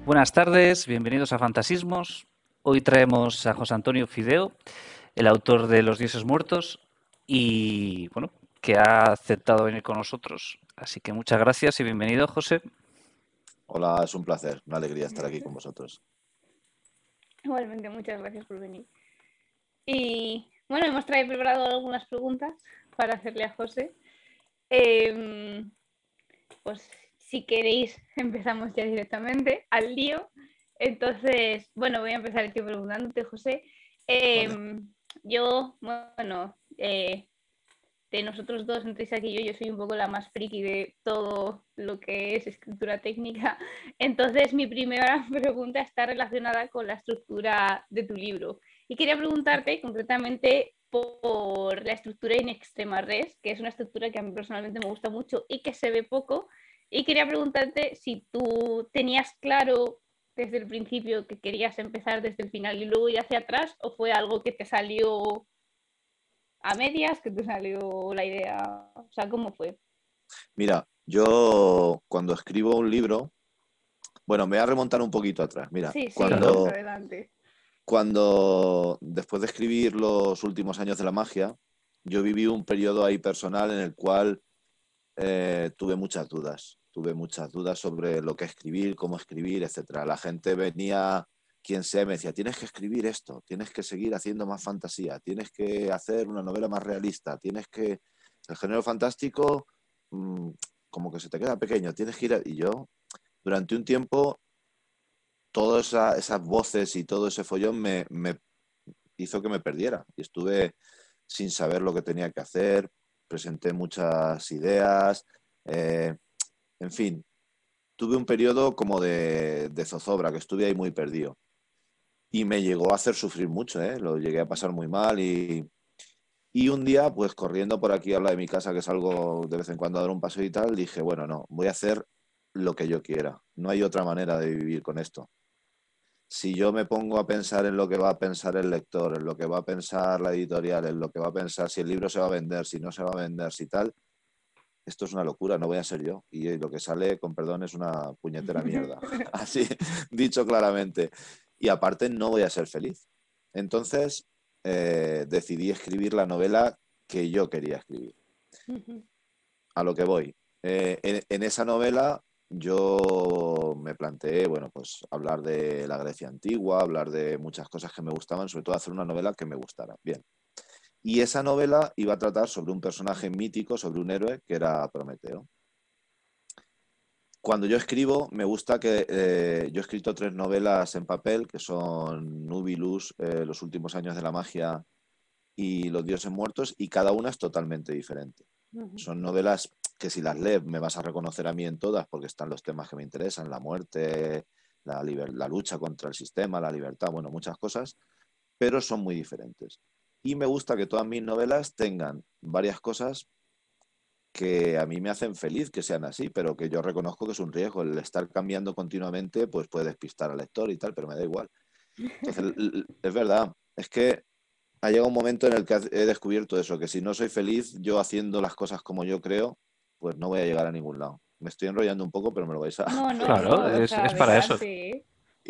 Buenas tardes, bienvenidos a Fantasismos. Hoy traemos a José Antonio Fideo, el autor de Los dioses muertos, y bueno, que ha aceptado venir con nosotros. Así que muchas gracias y bienvenido, José. Hola, es un placer, una alegría estar aquí con vosotros. Igualmente, muchas gracias por venir. Y bueno, hemos preparado algunas preguntas para hacerle a José. Pues si queréis, empezamos ya directamente al lío. Entonces, bueno, voy a empezar yo preguntándote, José. Vale. Yo, bueno, de nosotros dos, entre Isaac y yo soy un poco la más friki de todo lo que es escritura técnica. Entonces, mi primera pregunta está relacionada con la estructura de tu libro. Y quería preguntarte concretamente por la estructura in extrema res, que es una estructura que a mí personalmente me gusta mucho y que se ve poco. Y quería preguntarte si tú tenías claro desde el principio que querías empezar desde el final y luego ir hacia atrás, o fue algo que te salió a medias, que te salió la idea, o sea, ¿cómo fue? Mira, yo cuando escribo un libro, bueno, me voy a remontar un poquito atrás. Mira, Sí, sí, Claro. adelante. cuando después de escribir Los últimos años de la magia, yo viví un periodo ahí personal en el cual tuve muchas dudas. Tuve muchas dudas sobre lo que escribir, cómo escribir, etcétera. La gente venía, quien sea, y me decía, tienes que escribir esto, tienes que seguir haciendo más fantasía, tienes que hacer una novela más realista, tienes que... El género fantástico mmm, como que se te queda pequeño, tienes que ir... Y yo, durante un tiempo, todas esas voces y todo ese follón me hizo que me perdiera. Y estuve sin saber lo que tenía que hacer, presenté muchas ideas, eh, en fin, tuve un periodo como de zozobra, que estuve ahí muy perdido. Y me llegó a hacer sufrir mucho, ¿eh? Lo llegué a pasar muy mal y un día, pues corriendo por aquí a la de mi casa, que salgo de vez en cuando a dar un paseo y tal, dije, bueno, no, voy a hacer lo que yo quiera. No hay otra manera de vivir con esto. Si yo me pongo a pensar en lo que va a pensar el lector, en lo que va a pensar la editorial, en lo que va a pensar si el libro se va a vender, si no se va a vender, si tal, esto es una locura, no voy a ser yo. Y lo que sale, con perdón, es una puñetera mierda. Así, dicho claramente. Y aparte, no voy a ser feliz. Entonces, decidí escribir la novela que yo quería escribir. A lo que voy. En esa novela yo me planteé, bueno, pues hablar de la Grecia antigua, hablar de muchas cosas que me gustaban, sobre todo hacer una novela que me gustara. Bien. Y esa novela iba a tratar sobre un personaje mítico, sobre un héroe que era Prometeo. Cuando yo escribo, me gusta que yo he escrito 3 novelas en papel, que son Nubilus, Los últimos años de la magia y Los dioses muertos, y cada una es totalmente diferente. Son novelas que si las lees me vas a reconocer a mí en todas, porque están los temas que me interesan, la muerte, la lucha contra el sistema, la libertad, bueno, muchas cosas, pero son muy diferentes. Y me gusta que todas mis novelas tengan varias cosas que a mí me hacen feliz que sean así, pero que yo reconozco que es un riesgo. El estar cambiando continuamente pues puede despistar al lector y tal, pero me da igual. Entonces, es verdad, es que ha llegado un momento en el que he descubierto eso, que si no soy feliz yo haciendo las cosas como yo creo, pues no voy a llegar a ningún lado. Me estoy enrollando un poco, pero me lo vais a No, no, Claro, no, o es, sea, es para eso. adelante.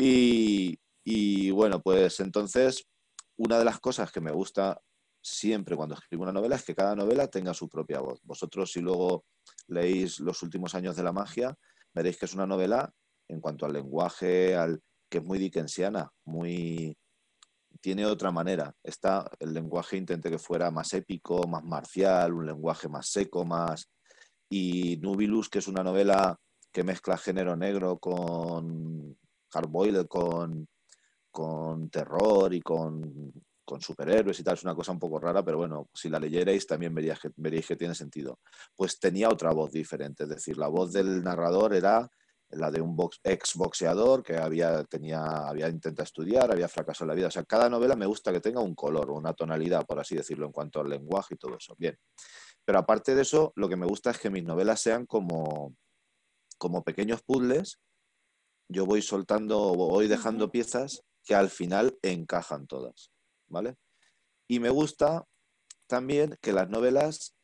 y bueno, pues entonces, una de las cosas que me gusta siempre cuando escribo una novela es que cada novela tenga su propia voz. Vosotros, si luego leéis Los últimos años de la magia, veréis que es una novela en cuanto al lenguaje, que es muy dickensiana, muy tiene otra manera. El lenguaje intenté que fuera más épico, más marcial, un lenguaje más seco, más... Y Nubilus, que es una novela que mezcla género negro con hardboiled, con terror y con superhéroes y tal, es una cosa un poco rara, pero bueno, si la leyerais también veréis que tiene sentido. Pues tenía otra voz diferente, es decir, la voz del narrador era la de un ex boxeador que había intentado estudiar, había fracasado en la vida. O sea, cada novela me gusta que tenga un color, una tonalidad, por así decirlo, en cuanto al lenguaje y todo eso. Bien. Pero aparte de eso, lo que me gusta es que mis novelas sean como pequeños puzzles. Yo voy soltando, voy dejando piezas que al final encajan todas, ¿vale? Y me gusta también que las novelas,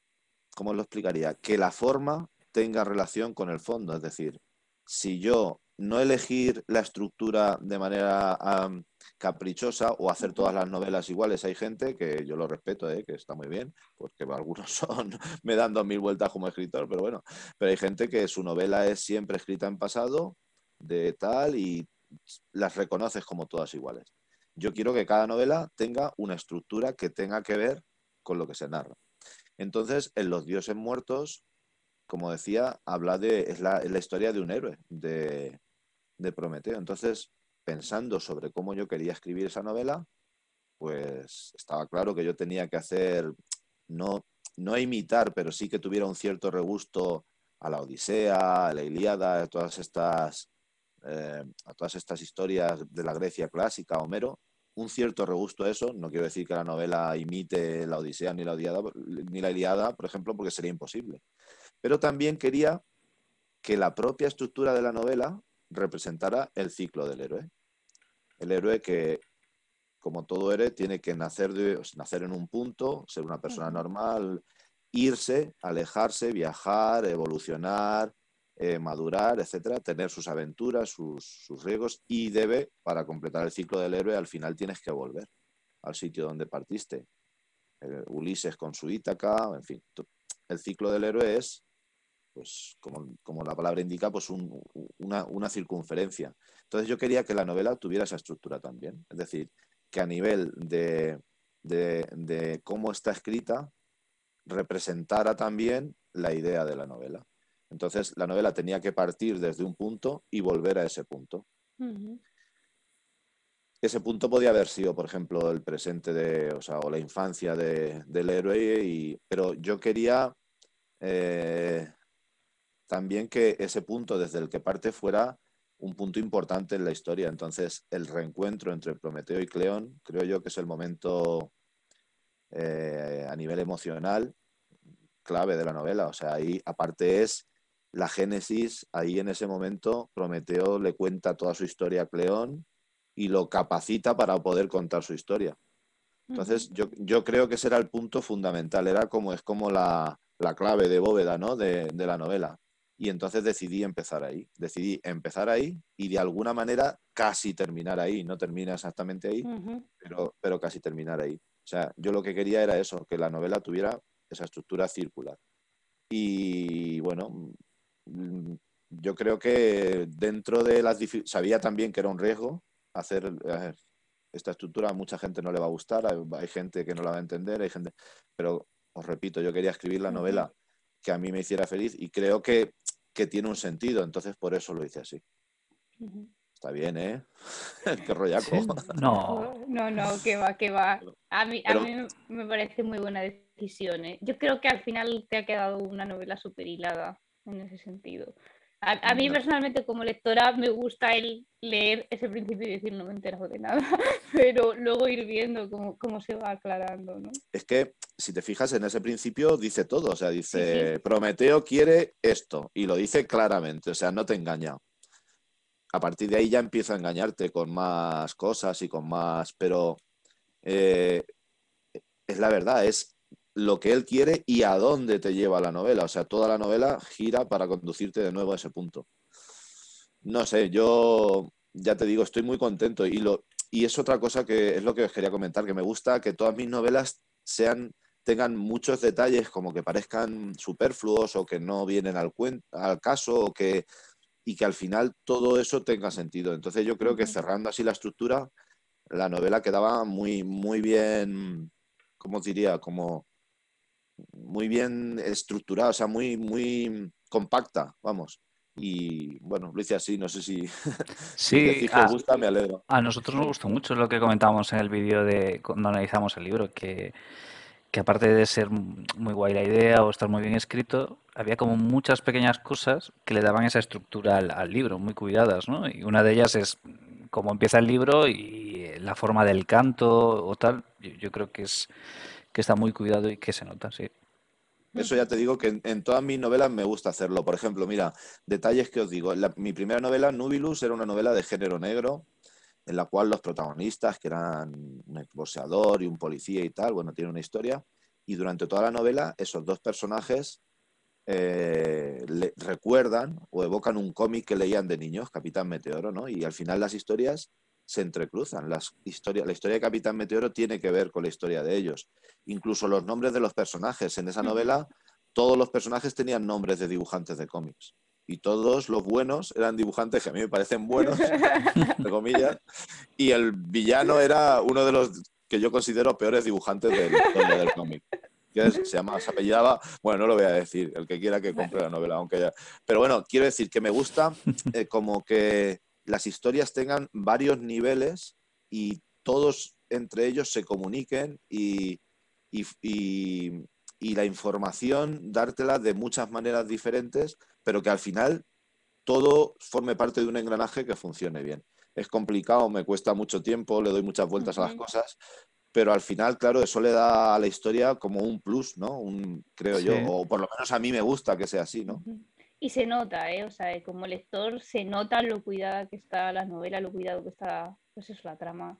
¿cómo lo explicaría? Que la forma tenga relación con el fondo, es decir, si yo no elegir la estructura de manera caprichosa o hacer todas las novelas iguales. Hay gente que yo lo respeto, que está muy bien, porque algunos me dan 2000 vueltas como escritor, pero bueno, pero hay gente que su novela es siempre escrita en pasado, de tal, y las reconoces como todas iguales. Yo quiero que cada novela tenga una estructura que tenga que ver con lo que se narra. Entonces, en Los dioses muertos, como decía, es la historia de un héroe, de Prometeo. Entonces, pensando sobre cómo yo quería escribir esa novela, pues estaba claro que yo tenía que hacer, no, no imitar, pero sí que tuviera un cierto regusto a la Odisea, a la Ilíada, a todas estas historias de la Grecia clásica, Homero, un cierto regusto a eso. No quiero decir que la novela imite la Odisea ni la Ilíada, por ejemplo, porque sería imposible. Pero también quería que la propia estructura de la novela representara el ciclo del héroe. El héroe que, como todo héroe, tiene que nacer en un punto, ser una persona normal, irse, alejarse, viajar, evolucionar, madurar, etcétera, tener sus aventuras, sus riesgos, y debe, para completar el ciclo del héroe, al final tienes que volver al sitio donde partiste. Ulises con su Ítaca, en fin, el ciclo del héroe es, pues como la palabra indica, pues una circunferencia. Entonces yo quería que la novela tuviera esa estructura también, es decir, que a nivel de cómo está escrita representara también la idea de la novela. Entonces la novela tenía que partir desde un punto y volver a ese punto. Ese punto podía haber sido, por ejemplo, el presente o la infancia del héroe, pero yo quería también que ese punto desde el que parte fuera un punto importante en la historia. Entonces, el reencuentro entre Prometeo y Cleón, creo yo que es el momento a nivel emocional clave de la novela. O sea, ahí aparte es la génesis, ahí en ese momento Prometeo le cuenta toda su historia a Cleón y lo capacita para poder contar su historia. Entonces, yo creo que ese era el punto fundamental, es como la clave de bóveda, ¿no? de la novela. Y entonces decidí empezar ahí y de alguna manera casi terminar ahí. No termina exactamente ahí, pero casi terminar ahí. O sea, yo lo que quería era eso, que la novela tuviera esa estructura circular. Y bueno, yo creo que dentro de sabía también que era un riesgo hacer esta estructura. A mucha gente no le va a gustar, hay gente que no la va a entender, pero os repito, yo quería escribir la novela que a mí me hiciera feliz y creo que tiene un sentido, entonces por eso lo hice así. Está bien, ¿eh? Qué rollaco. Sí, no. No, que va. A mí me parece muy buena decisión, ¿eh? Yo creo que al final te ha quedado una novela súper hilada en ese sentido. A mí personalmente como lectora me gusta el leer ese principio y decir no me he enterado de nada, pero luego ir viendo cómo se va aclarando, ¿no? Es que si te fijas en ese principio dice todo, o sea, dice Sí. Prometeo quiere esto y lo dice claramente, o sea, no te engaña. A partir de ahí ya empieza a engañarte con más cosas y con más, pero es la verdad, es lo que él quiere y a dónde te lleva la novela. O sea, toda la novela gira para conducirte de nuevo a ese punto. No sé, yo ya te digo, estoy muy contento y es otra cosa que es lo que os quería comentar, que me gusta que todas mis novelas tengan muchos detalles como que parezcan superfluos o que no vienen al caso y que al final todo eso tenga sentido. Entonces yo creo que cerrando así la estructura, la novela quedaba muy, muy bien, ¿cómo os diría? Como muy bien estructurada, o sea, muy, muy compacta, vamos. Y bueno, lo hice así, no sé si, si Sí, decís que os gusta, me alegro. a nosotros nos gustó mucho lo que comentábamos en el vídeo de cuando analizamos el libro, que aparte de ser muy guay la idea o estar muy bien escrito, había como muchas pequeñas cosas que le daban esa estructura al libro, muy cuidadas, ¿no? Y una de ellas es cómo empieza el libro y la forma del canto o tal. Yo creo que está muy cuidado y que se nota, sí. Eso ya te digo que en todas mis novelas me gusta hacerlo. Por ejemplo, mira, detalles que os digo. Mi primera novela, Nubilus, era una novela de género negro, en la cual los protagonistas, que eran un boxeador y un policía y tal, bueno, tiene una historia. Y durante toda la novela, esos dos personajes recuerdan o evocan un cómic que leían de niños, Capitán Meteoro, ¿no? Y al final las historias se entrecruzan. La historia de Capitán Meteoro tiene que ver con la historia de ellos. Incluso los nombres de los personajes. En esa novela, todos los personajes tenían nombres de dibujantes de cómics. Y todos los buenos eran dibujantes que a mí me parecen buenos, entre comillas, y el villano era uno de los que yo considero peores dibujantes de la historia del cómic. Se apellidaba, bueno, no lo voy a decir, el que quiera que compre la novela, aunque ya. Pero bueno, quiero decir que me gusta como que las historias tengan varios niveles y todos entre ellos se comuniquen y la información dártela de muchas maneras diferentes, pero que al final todo forme parte de un engranaje que funcione bien. Es complicado, me cuesta mucho tiempo, le doy muchas vueltas a las cosas, pero al final, claro, eso le da a la historia como un plus, ¿no? Creo yo, Sí. o por lo menos a mí me gusta que sea así, ¿no? Y se nota, ¿eh? O sea, como lector se nota lo cuidada que está la novela, lo cuidado que está, pues eso, la trama,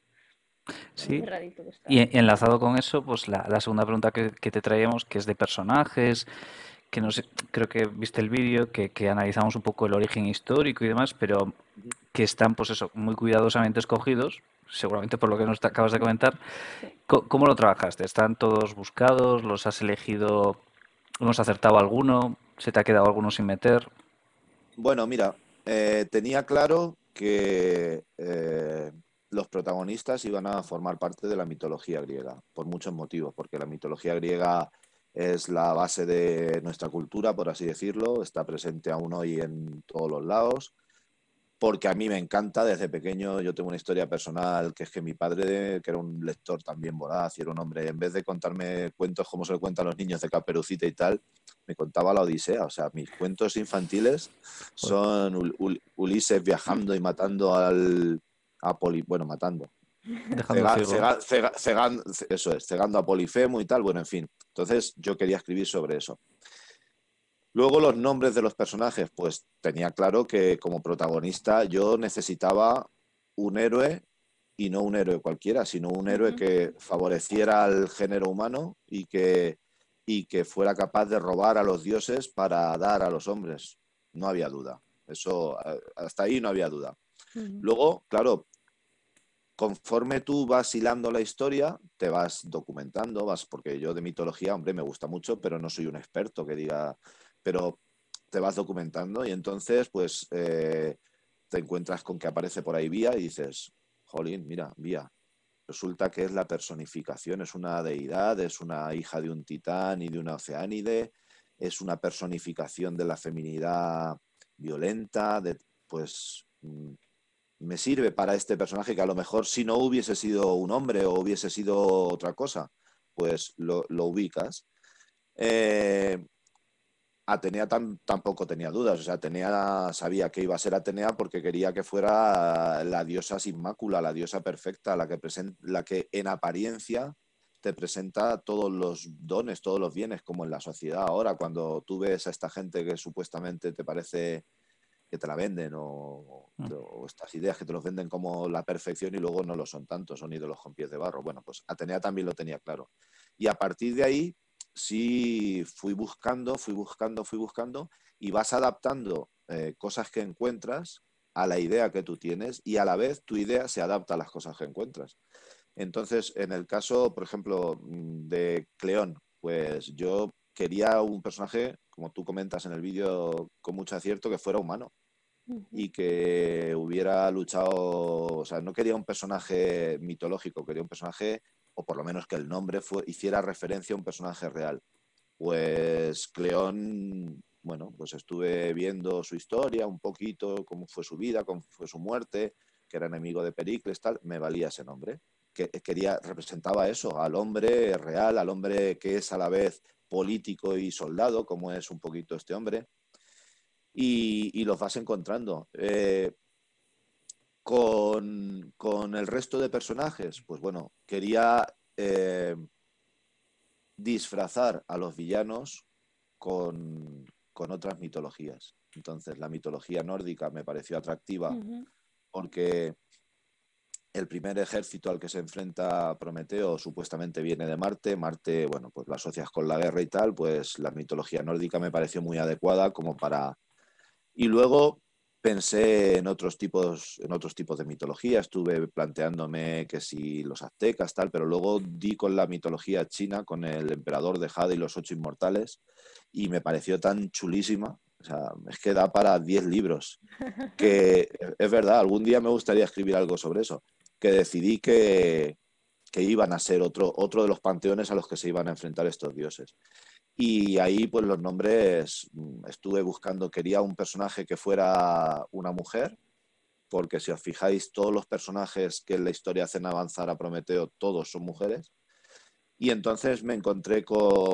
lo Sí. cerradito que está. Y enlazado con eso, pues la segunda pregunta que te traíamos, que es de personajes, que no sé, creo que viste el vídeo, que analizamos un poco el origen histórico y demás, pero que están, pues eso, muy cuidadosamente escogidos, seguramente por lo que nos acabas de comentar. Sí. ¿Cómo lo trabajaste? ¿Están todos buscados? ¿Los has elegido? ¿Hemos acertado alguno? ¿Se te ha quedado alguno sin meter? Bueno, mira, tenía claro que los protagonistas iban a formar parte de la mitología griega, por muchos motivos, porque la mitología griega es la base de nuestra cultura, por así decirlo, está presente aún hoy en todos los lados, porque a mí me encanta desde pequeño. Yo tengo una historia personal, que es que mi padre, que era un lector también voraz y era un hombre, en vez de contarme cuentos como se le cuentan a los niños de Caperucita y tal, me contaba la Odisea. O sea, mis cuentos infantiles Joder. son Ulises viajando y matando bueno, matando, Dejando ciego. eso es, cegando a Polifemo y tal, bueno, en fin. Entonces yo quería escribir sobre eso. Luego los nombres de los personajes, pues tenía claro que como protagonista yo necesitaba un héroe y no un héroe cualquiera, sino un héroe que favoreciera al género humano y que fuera capaz de robar a los dioses para dar a los hombres. No había duda. Eso, hasta ahí no había duda. Luego, claro, conforme tú vas hilando la historia, te vas documentando, porque yo de mitología, hombre, me gusta mucho, pero no soy un experto que diga, pero te vas documentando y entonces, pues, te encuentras con que aparece por ahí Vía y dices, jolín, mira, Vía, resulta que es la personificación, es una deidad, es una hija de un titán y de una oceánide, es una personificación de la feminidad violenta, pues me sirve para este personaje que a lo mejor si no hubiese sido un hombre o hubiese sido otra cosa, pues lo ubicas. Eh, Atenea tampoco tenía dudas, o sea, Atenea sabía que iba a ser Atenea porque quería que fuera la diosa sin mácula, la diosa perfecta, la que en apariencia te presenta todos los dones, todos los bienes, como en la sociedad ahora, cuando tú ves a esta gente que supuestamente te parece que te la venden o estas ideas que te los venden como la perfección y luego no lo son tanto, son ídolos con pies de barro. Bueno, pues Atenea también lo tenía claro. Y a partir de ahí sí fui buscando y vas adaptando cosas que encuentras a la idea que tú tienes y a la vez tu idea se adapta a las cosas que encuentras. Entonces, en el caso, por ejemplo, de Cleón, pues yo quería un personaje, como tú comentas en el vídeo con mucho acierto, que fuera humano y que hubiera luchado, o sea, no quería un personaje mitológico, quería un personaje, o por lo menos que el nombre hiciera referencia a un personaje real. Pues Cleón, bueno, pues estuve viendo su historia un poquito, cómo fue su vida, cómo fue su muerte, que era enemigo de Pericles, tal, me valía ese nombre. Representaba eso, al hombre real, al hombre que es a la vez político y soldado, como es un poquito este hombre, y los vas encontrando. Con el resto de personajes, pues bueno, quería disfrazar a los villanos con otras mitologías. Entonces, la mitología nórdica me pareció atractiva porque el primer ejército al que se enfrenta Prometeo supuestamente viene de Marte. Marte, bueno, pues lo asocias con la guerra y tal, pues la mitología nórdica me pareció muy adecuada como para... Y luego pensé en otros tipos de mitología, estuve planteándome que si los aztecas, tal, pero luego di con la mitología china, con el emperador de Jade y los 8 inmortales, y me pareció tan chulísima. O sea, es que da para 10 libros, que es verdad, algún día me gustaría escribir algo sobre eso, que decidí que iban a ser otro de los panteones a los que se iban a enfrentar estos dioses. Y ahí, pues los nombres, estuve buscando, quería un personaje que fuera una mujer, porque si os fijáis, todos los personajes que en la historia hacen avanzar a Prometeo, todos son mujeres. Y entonces me encontré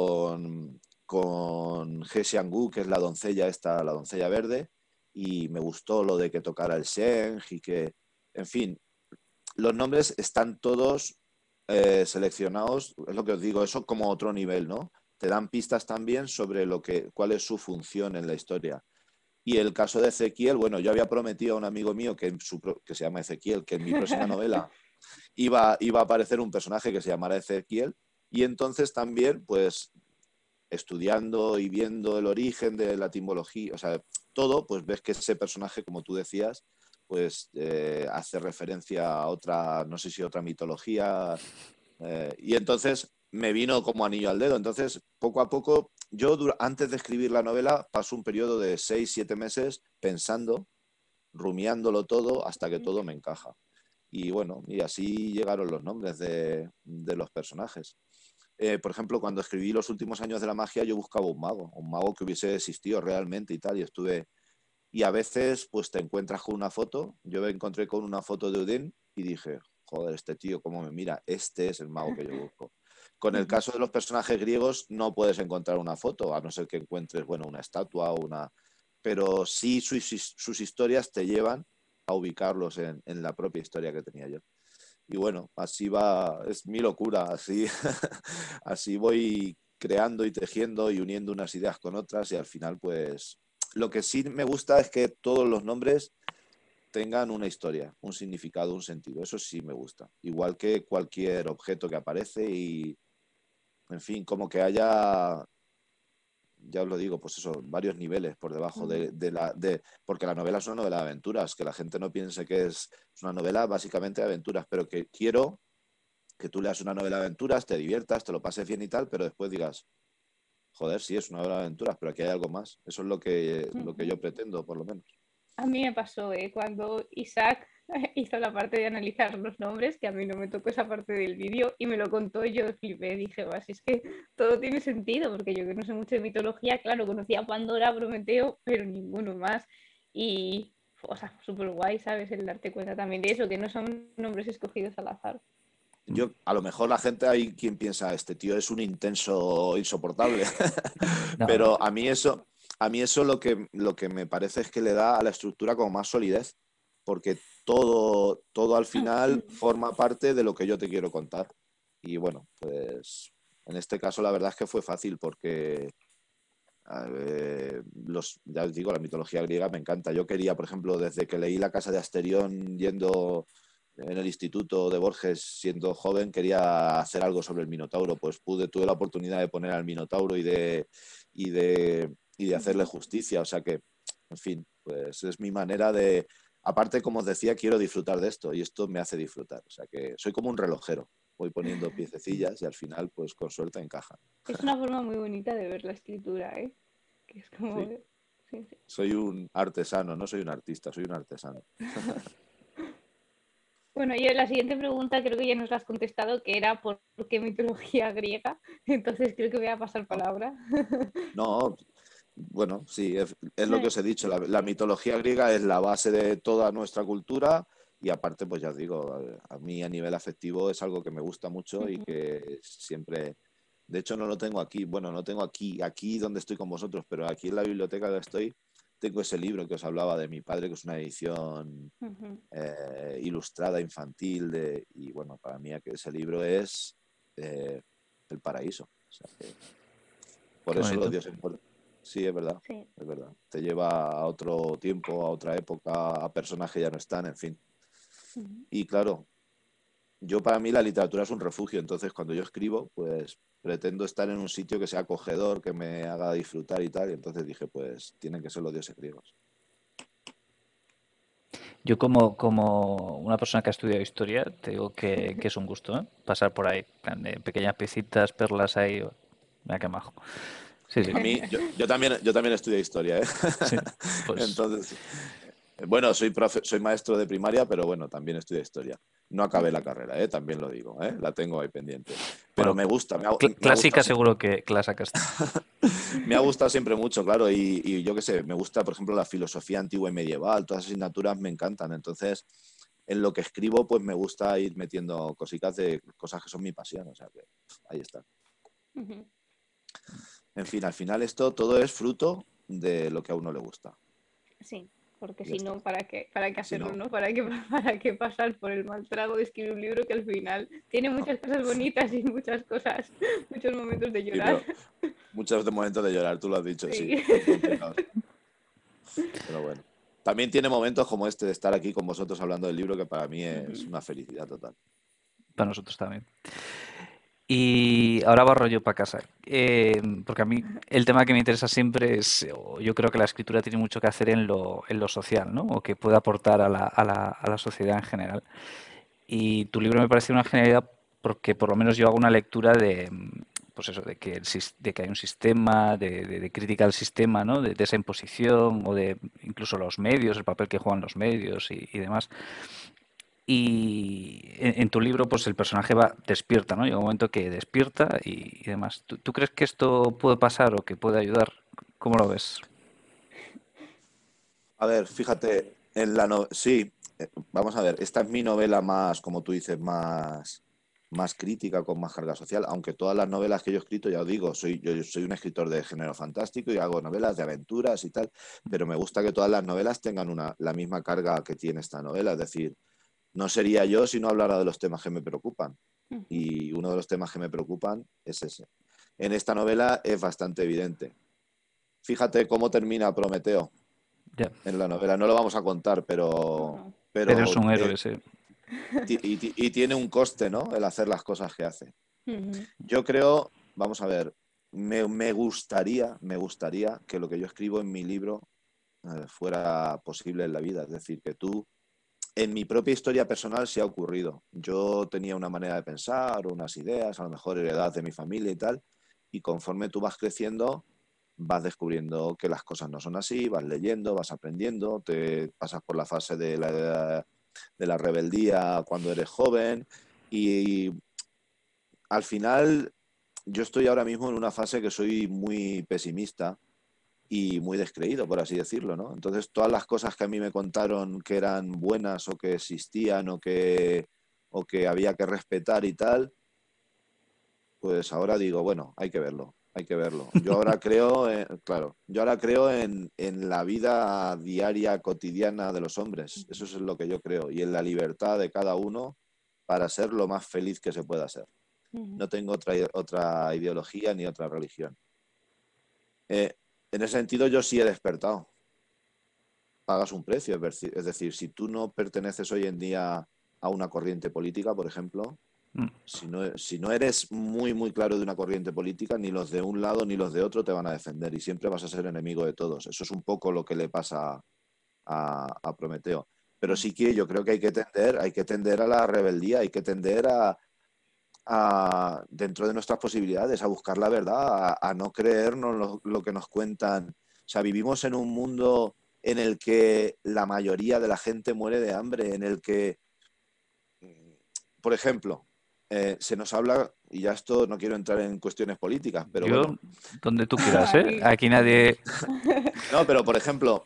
con He Xianggu, que es la doncella esta, la doncella verde, y me gustó lo de que tocara el Sheng y que, en fin, los nombres están todos seleccionados, es lo que os digo, eso como otro nivel, ¿no? Te dan pistas también sobre cuál es su función en la historia. Y el caso de Ezequiel, bueno, yo había prometido a un amigo mío que se llama Ezequiel, que en mi próxima novela iba a aparecer un personaje que se llamara Ezequiel, y entonces también, pues, estudiando y viendo el origen de la etimología, o sea, todo, pues ves que ese personaje, como tú decías, pues hace referencia a otra, no sé si otra mitología, y entonces me vino como anillo al dedo. Entonces, poco a poco, yo antes de escribir la novela paso un periodo de 6, 7 meses pensando, rumiándolo todo hasta que todo me encaja. Y bueno, y así llegaron los nombres de los personajes. Por ejemplo, cuando escribí Los últimos años de la magia, yo buscaba un mago que hubiese existido realmente y tal, y estuve... Y a veces, pues te encuentras con una foto. Yo me encontré con una foto de Odín y dije, joder, este tío, cómo me mira, este es el mago que yo busco. Con el caso de los personajes griegos, no puedes encontrar una foto, a no ser que encuentres, bueno, una estatua o una... Pero sí sus historias te llevan a ubicarlos en la propia historia que tenía yo. Y bueno, así va, es mi locura, así, así voy creando y tejiendo y uniendo unas ideas con otras y al final pues lo que sí me gusta es que todos los nombres tengan una historia, un significado, un sentido, eso sí me gusta, igual que cualquier objeto que aparece y en fin, como que haya, ya os lo digo, pues eso, varios niveles por debajo porque la novela es una novela de aventuras, que la gente no piense que es una novela básicamente de aventuras, pero que quiero que tú leas una novela de aventuras, te diviertas, te lo pases bien y tal, pero después digas, joder, sí, es una novela de aventuras, pero aquí hay algo más. Eso es lo que yo pretendo, por lo menos. A mí me pasó cuando Isaac hizo la parte de analizar los nombres, que a mí no me tocó esa parte del vídeo y me lo contó y yo flipé, dije, así es que todo tiene sentido, porque yo que no sé mucho de mitología, claro, conocía a Pandora, Prometeo, pero ninguno más. Y, o sea, súper guay, ¿sabes? El darte cuenta también de eso, que no son nombres escogidos al azar. A lo mejor la gente hay quien piensa, este tío es un intenso insoportable, No, pero a mí eso lo que me parece es que le da a la estructura como más solidez, porque todo al final forma parte de lo que yo te quiero contar. Y bueno, pues en este caso la verdad es que fue fácil porque ya os digo, la mitología griega me encanta. Yo quería, por ejemplo, desde que leí La Casa de Asterión yendo en el instituto de Borges siendo joven, quería hacer algo sobre el Minotauro. Pues tuve la oportunidad de poner al Minotauro y de hacerle justicia. O sea que, en fin, pues es mi manera de... Aparte, como os decía, quiero disfrutar de esto y esto me hace disfrutar. O sea que soy como un relojero. Voy poniendo piececillas y al final, pues con suerte encaja. Es una forma muy bonita de ver la escritura, ¿eh? Que es como... Sí. Sí, sí. Soy un artesano, no soy un artista, soy un artesano. Bueno, yo la siguiente pregunta creo que ya nos la has contestado, que era ¿por qué mitología griega? Entonces creo que voy a pasar No, palabra. no, bueno, sí, es lo que os he dicho. La mitología griega es la base de toda nuestra cultura y aparte, pues ya os digo, a mí a nivel afectivo es algo que me gusta mucho y que siempre, de hecho no lo tengo aquí, bueno, no tengo aquí donde estoy con vosotros, pero aquí en la biblioteca que estoy, tengo ese libro que os hablaba de mi padre, que es una edición ilustrada infantil y bueno, para mí ese libro es eh, el paraíso. O sea, por qué eso los bonito. dioses muertos. Sí, es verdad, Sí. es verdad. Te lleva a otro tiempo, a otra época, a personas que ya no están, en fin. Y claro, yo para mí la literatura es un refugio, entonces cuando yo escribo, pues pretendo estar en un sitio que sea acogedor, que me haga disfrutar y tal, y entonces dije, pues tienen que ser los dioses griegos. Yo como una persona que ha estudiado historia, te digo que es un gusto, ¿eh? Pasar por ahí, en plan de pequeñas piecitas, perlas ahí. Mira qué majo. Sí, sí, A mí, yo también estudié historia, ¿eh? sí. Pues Entonces, bueno, soy maestro de primaria, pero bueno, también estudié historia. No acabé la carrera, ¿eh? También lo digo, ¿eh? La tengo ahí pendiente. Pero bueno, me gusta, me ha gustado, clásica seguro que la sacaste. me ha gustado siempre mucho, claro, y yo qué sé, me gusta, por ejemplo, la filosofía antigua y medieval, todas esas asignaturas me encantan. Entonces, en lo que escribo, pues me gusta ir metiendo cositas de cosas que son mi pasión, o sea que ahí está. Ujú. En fin, al final esto todo es fruto de lo que a uno le gusta. Sí, porque Ya si está. no, ¿para qué Si hacerlo, no, no? ¿Para qué pasar por el mal trago de escribir un libro que al final tiene muchas cosas bonitas y muchas cosas, muchos momentos de sí, llorar? pero muchos de momentos de llorar, tú lo has dicho, sí, Sí. son complicados. Pero bueno, también tiene momentos como este de estar aquí con vosotros hablando del libro que para mí es Ujú. una felicidad total. Para nosotros también. Y ahora barro yo para casa. Porque a mí el tema que me interesa siempre es, o yo creo que la escritura tiene mucho que hacer en lo social, ¿no? O que puede aportar a la sociedad en general. Y tu libro me parece una genialidad porque por lo menos yo hago una lectura pues eso, de que hay un sistema, de crítica al sistema, ¿no? De esa imposición o de incluso los medios, el papel que juegan los medios y demás. Y en tu libro, pues el personaje despierta, ¿no? Llega un momento que despierta y demás. ¿Tú crees que esto puede pasar o que puede ayudar? ¿Cómo lo ves? A ver, fíjate, sí, vamos a ver, esta es mi novela más, como tú dices, más crítica, con más carga social, aunque todas las novelas que yo he escrito, ya os digo, yo soy un escritor de género fantástico y hago novelas de aventuras y tal, pero me gusta que todas las novelas tengan la misma carga que tiene esta novela, es decir, no sería yo si no hablara de los temas que me preocupan. Ujú. Y uno de los temas que me preocupan es ese. En esta novela es bastante evidente. Fíjate cómo termina Prometeo Ya. en la novela. No lo vamos a contar, pero, No. Pero es pero un héroe, sí. y tiene un coste, ¿no? El hacer las cosas que hace. Ujú. Yo creo, vamos a ver, me gustaría que lo que yo escribo en mi libro fuera posible en la vida. Es decir, que tú en mi propia historia personal se ha ocurrido. Yo tenía una manera de pensar, unas ideas, a lo mejor heredadas de mi familia y tal, y conforme tú vas creciendo, vas descubriendo que las cosas no son así, vas leyendo, vas aprendiendo, te pasas por la fase de la rebeldía cuando eres joven y al final yo estoy ahora mismo en una fase que soy muy pesimista y muy descreído, por así decirlo, ¿no? Entonces, todas las cosas que a mí me contaron que eran buenas o que existían o que había que respetar y tal, pues ahora digo, bueno, hay que verlo, hay que verlo. Yo ahora creo, claro, yo ahora creo en la vida diaria, cotidiana de los hombres. Eso es lo que yo creo. Y en la libertad de cada uno para ser lo más feliz que se pueda ser. Ujú. No tengo otra ideología ni otra religión. Eh, en ese sentido, yo sí he despertado. Pagas un precio. Es decir, si tú no perteneces hoy en día a una corriente política, por ejemplo, Mm. si no eres muy, muy claro de una corriente política, ni los de un lado ni los de otro te van a defender y siempre vas a ser enemigo de todos. Eso es un poco lo que le pasa a Prometeo. Pero sí que yo creo que hay que tender a la rebeldía, hay que tender dentro de nuestras posibilidades, a buscar la verdad, a no creernos lo que nos cuentan. O sea, vivimos en un mundo en el que la mayoría de la gente muere de hambre, en el que, por ejemplo, se nos habla, y ya esto no quiero entrar en cuestiones políticas, pero Yo, bueno, donde tú quieras, ¿eh? Aquí. Aquí nadie... no, pero por ejemplo,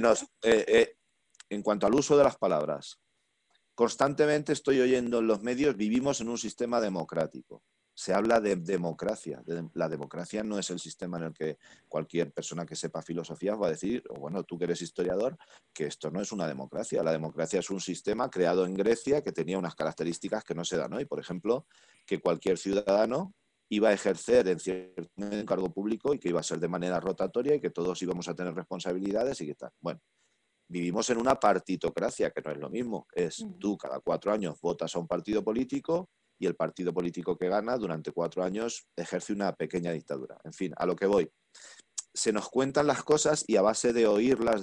en cuanto al uso de las palabras, constantemente estoy oyendo en los medios, vivimos en un sistema democrático. Se habla de democracia. La democracia no es el sistema en el que cualquier persona que sepa filosofía va a decir, o bueno, tú que eres historiador, que esto no es una democracia. La democracia es un sistema creado en Grecia que tenía unas características que no se dan hoy. Por ejemplo, que cualquier ciudadano iba a ejercer en cierto momento un cargo público y que iba a ser de manera rotatoria y que todos íbamos a tener responsabilidades y que tal. Bueno, vivimos en una partitocracia, que no es lo mismo. Es tú cada 4 años votas a un partido político y el partido político que gana durante 4 años ejerce una pequeña dictadura. En fin, a lo que voy. Se nos cuentan las cosas y a base de oírlas,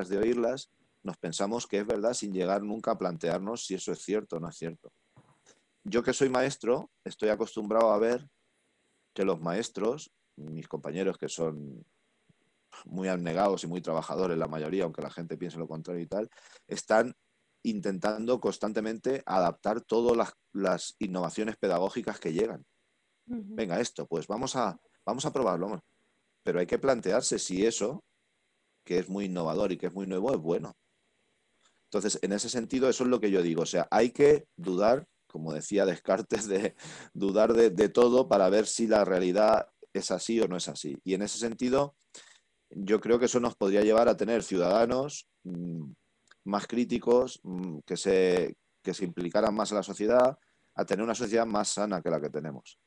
nos pensamos que es verdad sin llegar nunca a plantearnos si eso es cierto o no es cierto. Yo que soy maestro, estoy acostumbrado a ver que los maestros, mis compañeros que son muy abnegados y muy trabajadores, la mayoría, aunque la gente piense lo contrario y tal, están intentando constantemente adaptar todas las innovaciones pedagógicas que llegan. Venga, esto, pues vamos a probarlo. Pero hay que plantearse si eso, que es muy innovador y que es muy nuevo, es bueno. Entonces, en ese sentido, eso es lo que yo digo. O sea, hay que dudar, como decía Descartes, de dudar de todo para ver si la realidad es así o no es así. Y en ese sentido, yo creo que eso nos podría llevar a tener ciudadanos más críticos, que se implicaran más en la sociedad, a tener una sociedad más sana que la que tenemos.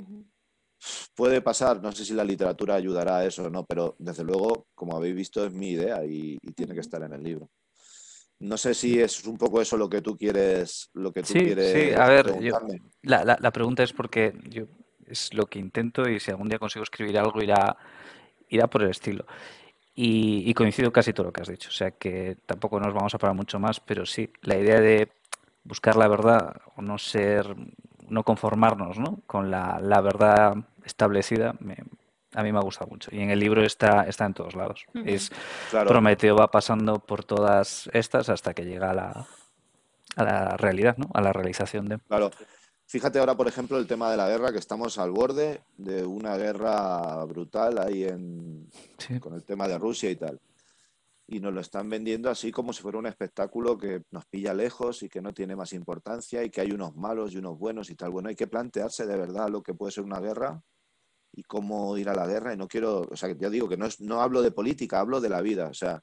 Puede pasar, no sé si la literatura ayudará a eso o no, pero desde luego, como habéis visto, es mi idea y tiene que estar en el libro. No sé si es un poco eso lo que tú quieres, Sí, a ver, preguntarme. la pregunta es porque yo es lo que intento y si algún día consigo escribir algo irá por el estilo. Y coincido casi todo lo que has dicho, o sea que tampoco nos vamos a parar mucho más, pero sí, la idea de buscar la verdad o no conformarnos, ¿no?, con la verdad establecida, a mí me ha gustado mucho. Y en el libro está en todos lados. Claro, Prometeo va pasando por todas estas hasta que llega a la realidad, ¿no?, a la realización de... claro. Fíjate ahora, por ejemplo, el tema de la guerra, que estamos al borde de una guerra brutal ahí Sí, con el tema de Rusia y tal. Y nos lo están vendiendo así como si fuera un espectáculo que nos pilla lejos y que no tiene más importancia y que hay unos malos y unos buenos y tal. Bueno, hay que plantearse de verdad lo que puede ser una guerra y cómo ir a la guerra. Y no quiero, o sea, ya digo que no hablo de política, hablo de la vida. O sea,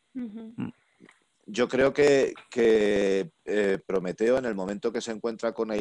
yo creo que Prometeo, en el momento que se encuentra con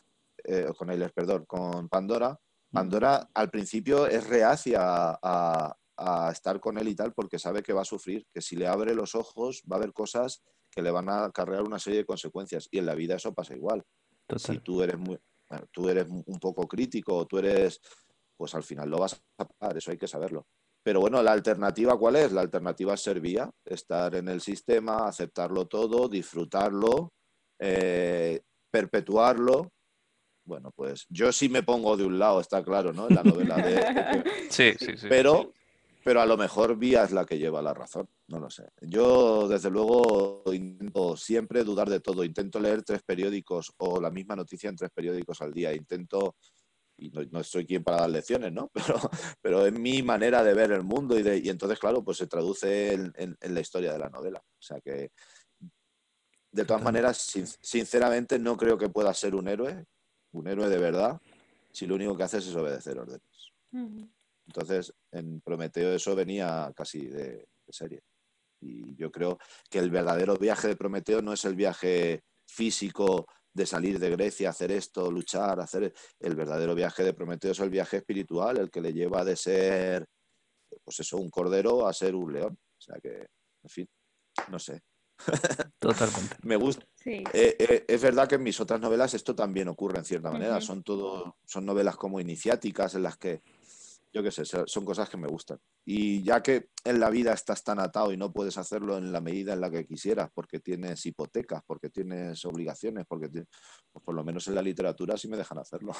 con Pandora, Pandora al principio es reacia a estar con él y tal porque sabe que va a sufrir, que si le abre los ojos va a haber cosas que le van a acarrear una serie de consecuencias y en la vida eso pasa igual. Si total. tú eres un poco crítico, tú eres, pues al final lo vas a pagar, eso hay que saberlo. Pero bueno, ¿la alternativa cuál es? La alternativa es ser vía, estar en el sistema, aceptarlo todo, disfrutarlo, perpetuarlo. Bueno, pues yo sí me pongo de un lado, está claro, ¿no? En la novela Sí, sí, sí. pero a lo mejor Vía es la que lleva la razón, no lo sé. Yo, desde luego, intento siempre dudar de todo. Intento leer 3 periódicos o la misma noticia en 3 periódicos al día. Intento, y no soy quien para dar lecciones, ¿no? Pero es mi manera de ver el mundo y entonces, claro, pues se traduce en la historia de la novela. O sea que, de todas Total. maneras, sinceramente no creo que pueda ser un héroe de verdad, si lo único que haces es obedecer órdenes. Entonces, en Prometeo eso venía casi de serie. Y yo creo que el verdadero viaje de Prometeo no es el viaje físico de salir de Grecia, hacer esto, luchar, hacer... El verdadero viaje de Prometeo es el viaje espiritual, el que le lleva de ser, pues eso, un cordero a ser un león. O sea que, en fin, no sé. Totalmente. Me gusta. Sí. Es verdad que en mis otras novelas esto también ocurre en cierta manera. Son novelas como iniciáticas en las que, yo qué sé, son cosas que me gustan. Y ya que en la vida estás tan atado y no puedes hacerlo en la medida en la que quisieras, porque tienes hipotecas, porque tienes obligaciones, pues por lo menos en la literatura sí me dejan hacerlo.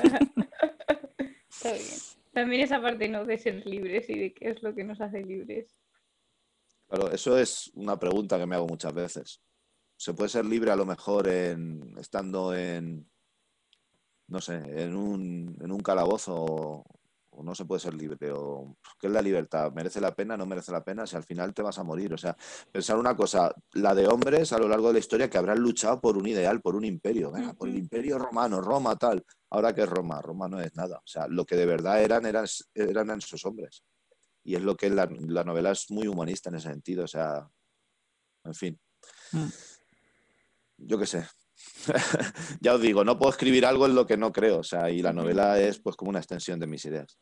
Está bien. También esa parte, ¿no?, de ser libres y de qué es lo que nos hace libres. Claro, eso es una pregunta que me hago muchas veces. ¿Se puede ser libre a lo mejor estando no sé, en un calabozo o no se puede ser libre? ¿O qué es la libertad? ¿Merece la pena? ¿No merece la pena? Si al final te vas a morir. O sea, pensar una cosa, la de hombres a lo largo de la historia que habrán luchado por un ideal, por un imperio. Venga, por el imperio romano, Roma tal. Ahora que es Roma, Roma no es nada. O sea, lo que de verdad eran esos hombres. Y es lo que la novela es muy humanista en ese sentido. O sea, en fin, yo qué sé. Ya os digo, no puedo escribir algo en lo que no creo, o sea, y la novela es pues como una extensión de mis ideas.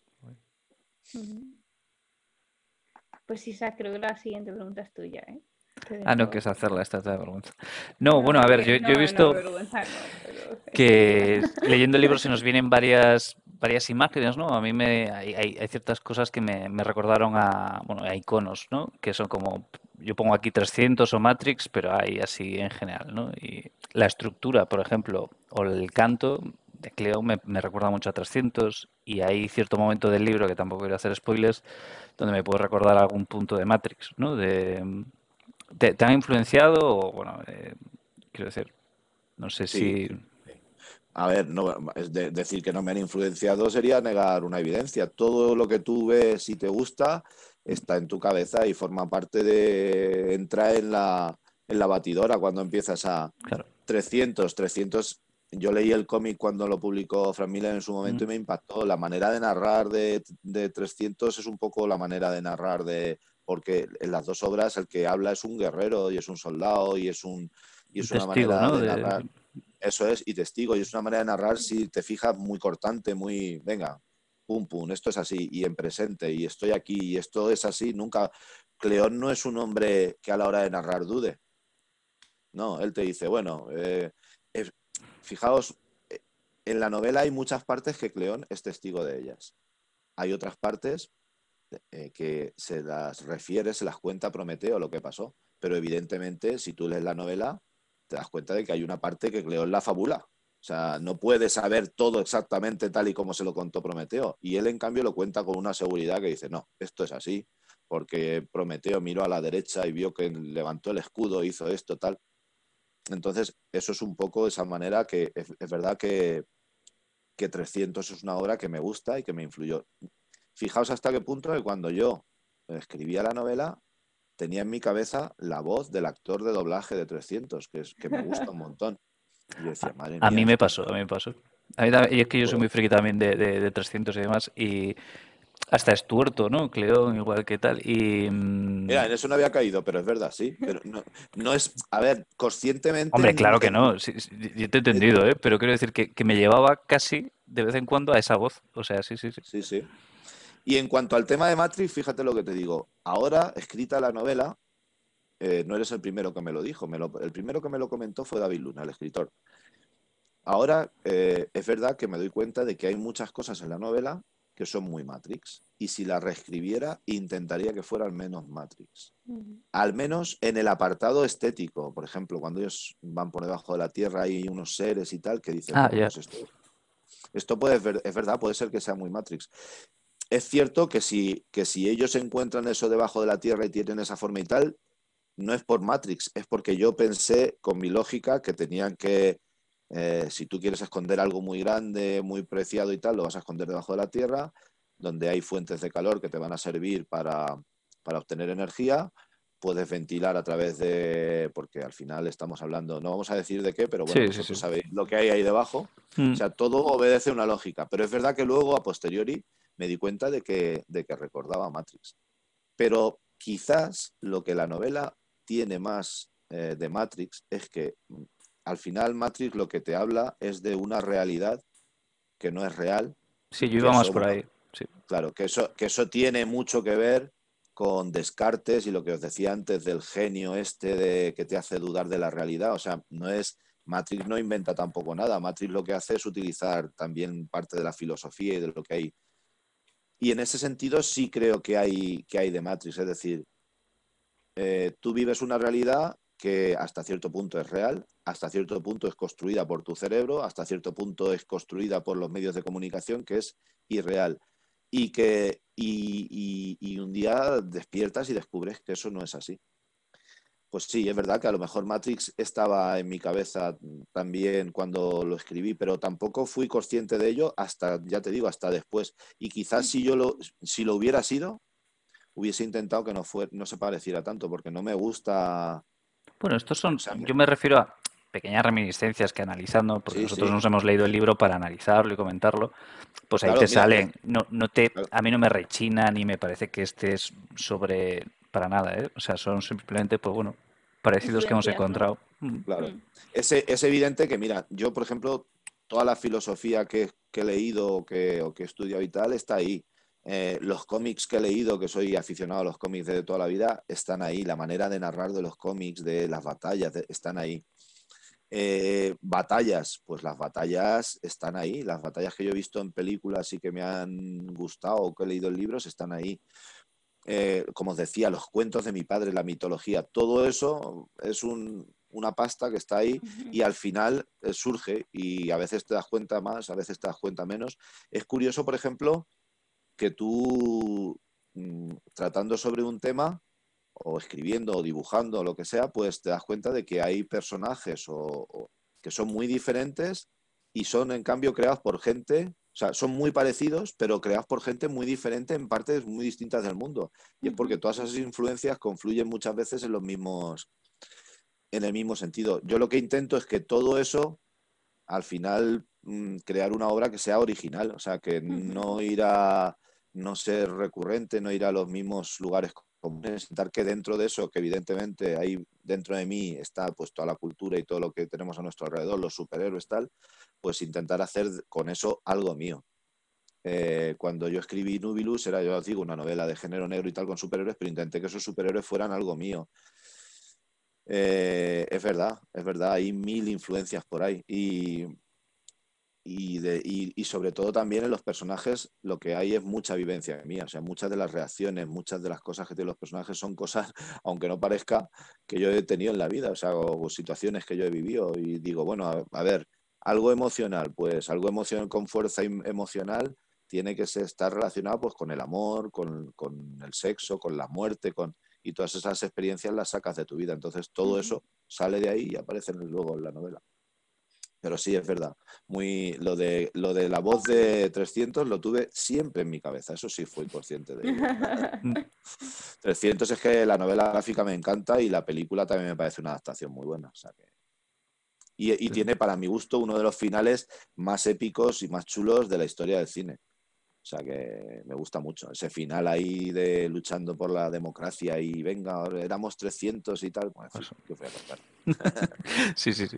Pues Isa, creo que la siguiente pregunta es tuya, ¿eh? Ah, no, Pero que es hacerla, esta te da vergüenza. No, bueno, a no, ver, yo he no, visto vergüenza no, pero que leyendo el libro se nos vienen varias imágenes, ¿no? A mí hay ciertas cosas que me recordaron bueno, a iconos, ¿no? Que son como, yo pongo aquí 300 o Matrix, pero hay así en general, ¿no? Y la estructura, por ejemplo, o el canto de Cleo me recuerda mucho a 300 y hay cierto momento del libro, que tampoco quiero hacer spoilers, donde me puedo recordar algún punto de Matrix, ¿no? ¿Te han influenciado o, bueno, quiero decir, no sé Sí, si... sí. A ver, no, decir que no me han influenciado sería negar una evidencia. Todo lo que tú ves y te gusta está en tu cabeza y forma parte de entrar en la batidora cuando empiezas a Claro. 300. Yo leí el cómic cuando lo publicó Frank Miller en su momento y me impactó. La manera de narrar de 300 es un poco la manera de narrar porque en las dos obras el que habla es un guerrero y es un soldado y Un es una testigo, manera ¿no? de narrar. Eso es, y testigo, y es una manera de narrar, si te fijas, muy cortante, muy, venga, pum, pum, esto es así, y en presente, y estoy aquí, y esto es así, nunca. Cleón no es un hombre que a la hora de narrar dude, no, él te dice, bueno, eh, fijaos, eh, en la novela hay muchas partes que Cleón es testigo de ellas. Hay otras partes que se las refiere, se las cuenta a Prometeo lo que pasó, pero evidentemente si tú lees la novela te das cuenta de que hay una parte que Cleón la fabula. O sea, no puede saber todo exactamente tal y como se lo contó Prometeo. Y él, en cambio, lo cuenta con una seguridad que dice, no, esto es así, porque Prometeo miró a la derecha y vio que levantó el escudo, hizo esto, tal. Entonces, eso es un poco esa manera que es verdad que 300 es una obra que me gusta y que me influyó. Fijaos hasta qué punto que cuando yo escribía la novela tenía en mi cabeza la voz del actor de doblaje de 300, que me gusta un montón. Y yo decía, madre A mía, mí me esto pasó, a mí me pasó. Y es que yo soy muy pues, friki también de 300 y demás, y hasta es tuerto, ¿no? Cleón, igual que tal. mira, en eso no había caído, pero es verdad, sí. Pero no, no es, a ver, conscientemente, Hombre, claro que no, sí, sí, yo te he eh, entendido, ¿eh? Pero quiero decir que me llevaba casi de vez en cuando a esa voz. O sea, sí, sí, sí. sí, sí. Y en cuanto al tema de Matrix, fíjate lo que te digo. Ahora, escrita la novela, no eres el primero que me lo dijo. El primero que me lo comentó fue David Luna, el escritor. Ahora, es verdad que me doy cuenta de que hay muchas cosas en la novela que son muy Matrix. Y si la reescribiera, intentaría que fuera al menos Matrix. Al menos en el apartado estético. Por ejemplo, cuando ellos van por debajo de la tierra hay unos seres y tal que dices, Ah, bueno, ya. pues esto puede, es verdad, puede ser que sea muy Matrix. Es cierto que si ellos encuentran eso debajo de la tierra y tienen esa forma y tal, no es por Matrix, es porque yo pensé con mi lógica que tenían que, si tú quieres esconder algo muy grande, muy preciado y tal, lo vas a esconder debajo de la tierra, donde hay fuentes de calor que te van a servir para obtener energía. Puedes ventilar a través porque al final estamos hablando, no vamos a decir de qué, pero bueno, Sí, sí, sí. vosotros sabéis lo que hay ahí debajo. O Mm. sea, todo obedece una lógica, pero es verdad que luego, a posteriori, me di cuenta de que recordaba Matrix. Pero quizás lo que la novela tiene más de Matrix es que al final Matrix lo que te habla es de una realidad que no es real, Sí, yo que iba más eso, por bueno, ahí. Sí. claro, que eso tiene mucho que ver con Descartes y lo que os decía antes del genio este de que te hace dudar de la realidad. O sea, no es Matrix no inventa tampoco nada. Matrix lo que hace es utilizar también parte de la filosofía y de lo que hay. Y en ese sentido sí creo que hay de Matrix. Es decir, tú vives una realidad que hasta cierto punto es real, hasta cierto punto es construida por tu cerebro, hasta cierto punto es construida por los medios de comunicación, que es irreal. Y un día despiertas y descubres que eso no es así. Pues sí, es verdad que a lo mejor Matrix estaba en mi cabeza también cuando lo escribí, pero tampoco fui consciente de ello hasta, ya te digo, hasta después. Y quizás si lo hubiera sido, hubiese intentado que no se pareciera tanto, porque no me gusta. Bueno, estos O son, sea, yo me refiero a pequeñas reminiscencias que analizando, porque sí, nosotros sí, nos hemos leído el libro para analizarlo y comentarlo, pues ahí claro, te mira, salen. claro, A mí no me rechina ni me parece que estés sobre para nada, ¿eh? O sea, son simplemente, pues bueno, parecidos que hemos influencias, ¿no? encontrado. claro. Es evidente que, mira, yo, por ejemplo, toda la filosofía que he leído o que he estudiado y tal está ahí. Los cómics que he leído, que soy aficionado a los cómics de toda la vida, están ahí. La manera de narrar de los cómics, de las batallas, están ahí. Batallas, pues las batallas están ahí. Las batallas que yo he visto en películas y que me han gustado o que he leído en libros están ahí. Como os decía, los cuentos de mi padre, la mitología, todo eso es una pasta que está ahí y al final surge y a veces te das cuenta más, a veces te das cuenta menos. Es curioso, por ejemplo, que tú tratando sobre un tema o escribiendo o dibujando o lo que sea, pues te das cuenta de que hay personajes que son muy diferentes y son en cambio creados por gente, o sea, son muy parecidos, pero creados por gente muy diferente en partes muy distintas del mundo. Y es porque todas esas influencias confluyen muchas veces en el mismo sentido. Yo lo que intento es que todo eso, al final, crear una obra que sea original, o sea, que no ir a no ser recurrente, no ir a los mismos lugares comunes, intentar que dentro de eso, que evidentemente ahí dentro de mí está pues toda la cultura y todo lo que tenemos a nuestro alrededor, los superhéroes tal, pues intentar hacer con eso algo mío. Cuando yo escribí Nubilus era, yo os digo, una novela de género negro y tal con superhéroes, pero intenté que esos superhéroes fueran algo mío. Es verdad, hay mil influencias por ahí y sobre todo también en los personajes lo que hay es mucha vivencia mía, o sea, muchas de las reacciones, muchas de las cosas que tienen los personajes son cosas, aunque no parezca, que yo he tenido en la vida, o sea, o situaciones que yo he vivido y digo, bueno, a ver, algo emocional, pues algo emocional con fuerza emocional tiene que estar relacionado pues con el amor, con el sexo, con la muerte, y todas esas experiencias las sacas de tu vida, entonces todo eso sale de ahí y aparece luego en la novela. Pero sí, es verdad. Lo de la voz de 300 lo tuve siempre en mi cabeza. Eso sí fui consciente de ello. 300 es que la novela gráfica me encanta y la película también me parece una adaptación muy buena. O sea que... y tiene, para mi gusto, uno de los finales más épicos y más chulos de la historia del cine. O sea que me gusta mucho. Ese final ahí de luchando por la democracia y venga, ahora éramos 300 y tal. Bueno, en fin, ¿qué os voy a contar? Sí, sí, sí.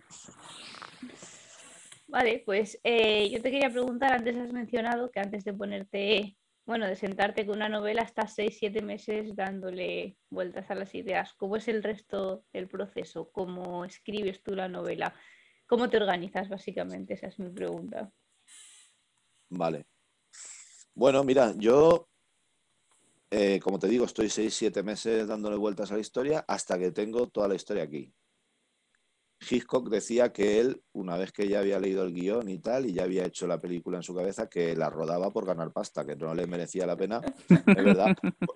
Vale, pues yo te quería preguntar, antes has mencionado que antes de ponerte, bueno, de sentarte con una novela, estás 6, 7 meses dándole vueltas a las ideas. ¿Cómo es el resto del proceso? ¿Cómo escribes tú la novela? ¿Cómo te organizas, básicamente? Esa es mi pregunta. Vale. Bueno, mira, yo como te digo, estoy 6, 7 meses dándole vueltas a la historia hasta que tengo toda la historia aquí. Hitchcock decía que él, una vez que ya había leído el guión y tal, y ya había hecho la película en su cabeza, que la rodaba por ganar pasta, que no le merecía la pena, es verdad,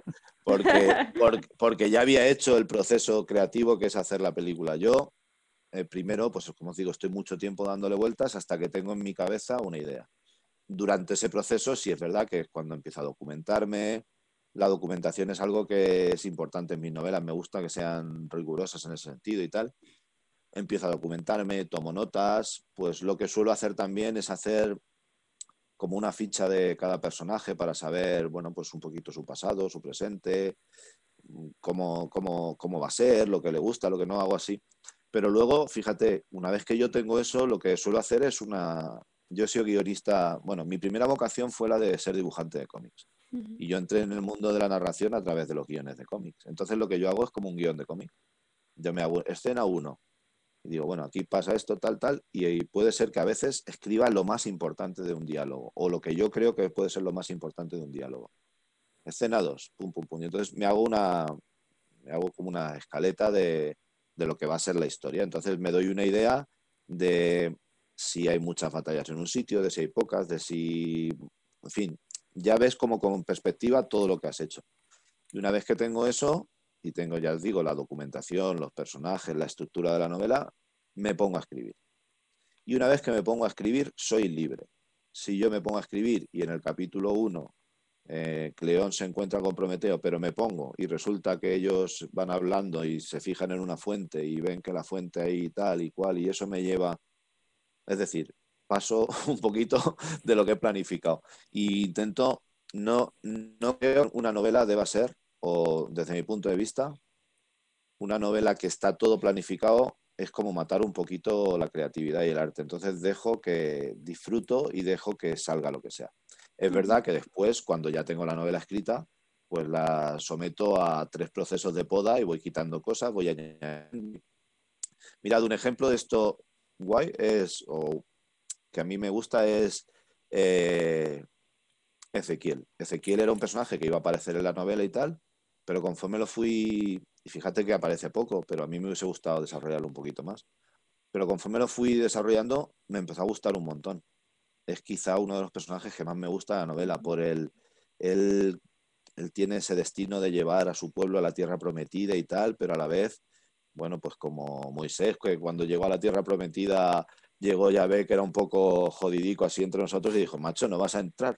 porque ya había hecho el proceso creativo que es hacer la película. Yo, primero, pues como os digo, estoy mucho tiempo dándole vueltas hasta que tengo en mi cabeza una idea. Durante ese proceso, sí es verdad que es cuando empiezo a documentarme. La documentación es algo que es importante en mis novelas, me gusta que sean rigurosas en ese sentido y tal. Empiezo a documentarme, tomo notas, pues lo que suelo hacer también es hacer como una ficha de cada personaje para saber, bueno, pues un poquito su pasado, su presente, cómo va a ser, lo que le gusta, lo que no, hago así. Pero luego, fíjate, una vez que yo tengo eso, lo que suelo hacer es una... Yo he sido guionista, bueno, mi primera vocación fue la de ser dibujante de cómics. Y yo entré en el mundo de la narración a través de los guiones de cómics. Entonces lo que yo hago es como un guión de cómic. Yo me hago escena 1 y digo, bueno, aquí pasa esto, tal, tal, y puede ser que a veces escriba lo más importante de un diálogo, o lo que yo creo que puede ser lo más importante de un diálogo. Escena 2 pum, pum, pum. Y entonces me hago como una escaleta de lo que va a ser la historia. Entonces me doy una idea de si hay muchas batallas en un sitio, de si hay pocas, de si, en fin, ya ves como con perspectiva todo lo que has hecho. Y una vez que tengo eso, y tengo, ya os digo, la documentación, los personajes, la estructura de la novela, me pongo a escribir. Y una vez que me pongo a escribir, soy libre. Si yo me pongo a escribir y en el capítulo 1 Cleón se encuentra con Prometeo, pero me pongo y resulta que ellos van hablando y se fijan en una fuente y ven que la fuente ahí tal y cual, y eso me lleva, es decir, paso un poquito de lo que he planificado. Y intento, no creo una novela deba ser, o desde mi punto de vista, una novela que está todo planificado es como matar un poquito la creatividad y el arte. Entonces dejo que disfruto y dejo que salga lo que sea. Es verdad que después, cuando ya tengo la novela escrita, pues la someto a 3 procesos de poda y voy quitando cosas, voy añadiendo. Mirad, un ejemplo de esto guay es, o que a mí me gusta es eh, Ezequiel. Ezequiel era un personaje que iba a aparecer en la novela y tal, pero conforme lo fui, y fíjate que aparece poco, pero a mí me hubiese gustado desarrollarlo un poquito más. Pero conforme lo fui desarrollando, me empezó a gustar un montón. Es quizá uno de los personajes que más me gusta de la novela, por él, él tiene ese destino de llevar a su pueblo a la tierra prometida y tal, pero a la vez, bueno, pues como Moisés, que cuando llegó a la tierra prometida, llegó Yahvé, que era un poco jodidico así entre nosotros, y dijo, macho, no vas a entrar.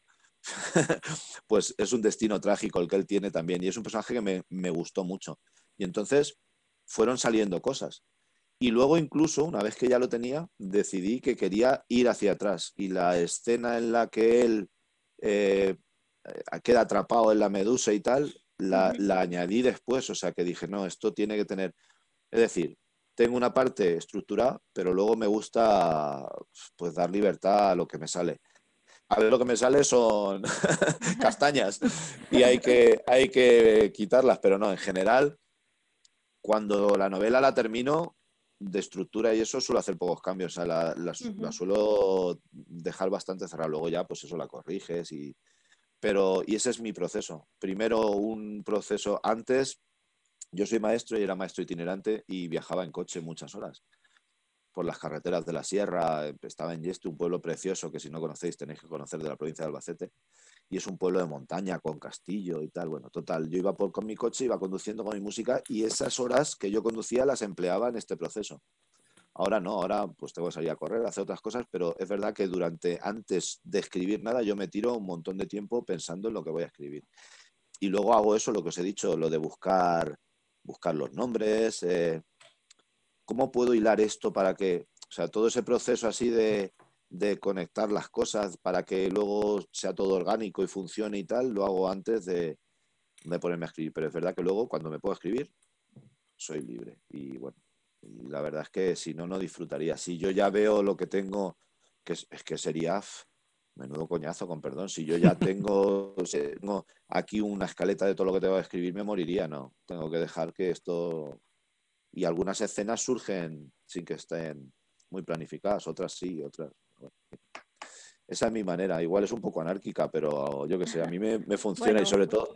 Pues es un destino trágico el que él tiene también, y es un personaje que me gustó mucho. Y entonces fueron saliendo cosas. Y luego incluso, una vez que ya lo tenía, decidí que quería ir hacia atrás. Y la escena en la que él eh, queda atrapado en la medusa y tal, la añadí después. O sea que dije, no, esto tiene que tener... Es decir, tengo una parte estructurada, pero luego me gusta pues dar libertad a lo que me sale. A ver, lo que me sale son castañas y hay que quitarlas, pero no, en general cuando la novela la termino, de estructura y eso suelo hacer pocos cambios. O sea, la suelo dejar bastante cerrada. Luego ya, pues eso la corriges y... Pero, y ese es mi proceso. Primero un proceso antes. Yo soy maestro y era maestro itinerante y viajaba en coche muchas horas por las carreteras de la sierra. Estaba en Yeste, un pueblo precioso que si no conocéis tenéis que conocer, de la provincia de Albacete. Y es un pueblo de montaña con castillo y tal. Bueno, total, yo iba con mi coche, iba conduciendo con mi música y esas horas que yo conducía las empleaba en este proceso. Ahora no, ahora pues tengo que salir a correr, hacer otras cosas, pero es verdad que antes de escribir nada, yo me tiro un montón de tiempo pensando en lo que voy a escribir. Y luego hago eso, lo que os he dicho, lo de buscar los nombres, cómo puedo hilar esto para que, o sea, todo ese proceso así de conectar las cosas para que luego sea todo orgánico y funcione y tal, lo hago antes de ponerme a escribir. Pero es verdad que luego, cuando me puedo escribir, soy libre. Y bueno, y la verdad es que si no, no disfrutaría. Si yo ya veo lo que tengo, es que sería menudo coñazo, con perdón. Si yo ya tengo aquí una escaleta de todo lo que tengo que escribir, me moriría, ¿no? Tengo que dejar que esto y algunas escenas surgen sin que estén muy planificadas, otras sí, otras. Bueno, esa es mi manera. Igual es un poco anárquica, pero yo qué sé, a mí me funciona y Bueno, sobre todo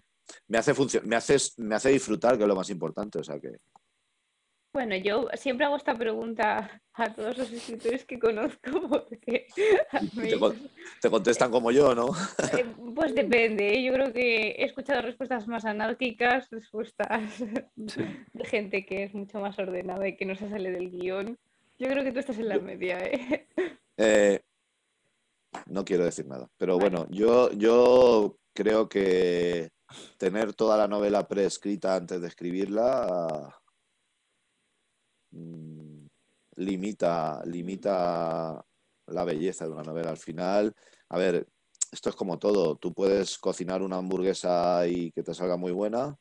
me hace disfrutar, que es lo más importante. O sea que bueno, yo siempre hago esta pregunta a todos los escritores que conozco porque a y te, mí, te contestan como yo, ¿no? pues depende. ¿Eh? Yo creo que he escuchado respuestas más anárquicas, respuestas Sí. de gente que es mucho más ordenada y que no se sale del guión. Yo creo que tú estás en la Yo, media, ¿eh? eh, no quiero decir nada, pero Vale. bueno, yo creo que tener toda la novela preescrita antes de escribirla mm, limita la belleza de una novela. Al final, a ver, esto es como todo. Tú puedes cocinar una hamburguesa y que te salga muy buena,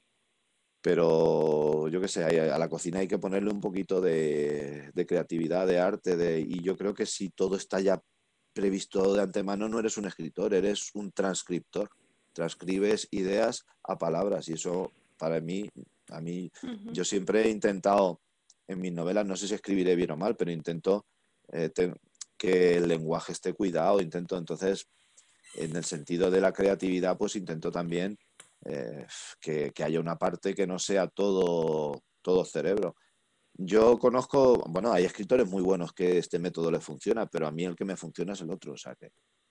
pero yo qué sé, a la cocina hay que ponerle un poquito de creatividad, de arte, y yo creo que si todo está ya previsto de antemano, no eres un escritor, eres un transcriptor. Transcribes ideas a palabras y eso para mí, a mí, Ujú. yo siempre he intentado en mis novelas, no sé si escribiré bien o mal, pero intento que el lenguaje esté cuidado, intento entonces, en el sentido de la creatividad, pues intento también eh, que haya una parte que no sea todo cerebro. Yo conozco, bueno, hay escritores muy buenos que este método les funciona, pero a mí el que me funciona es el otro, o sea que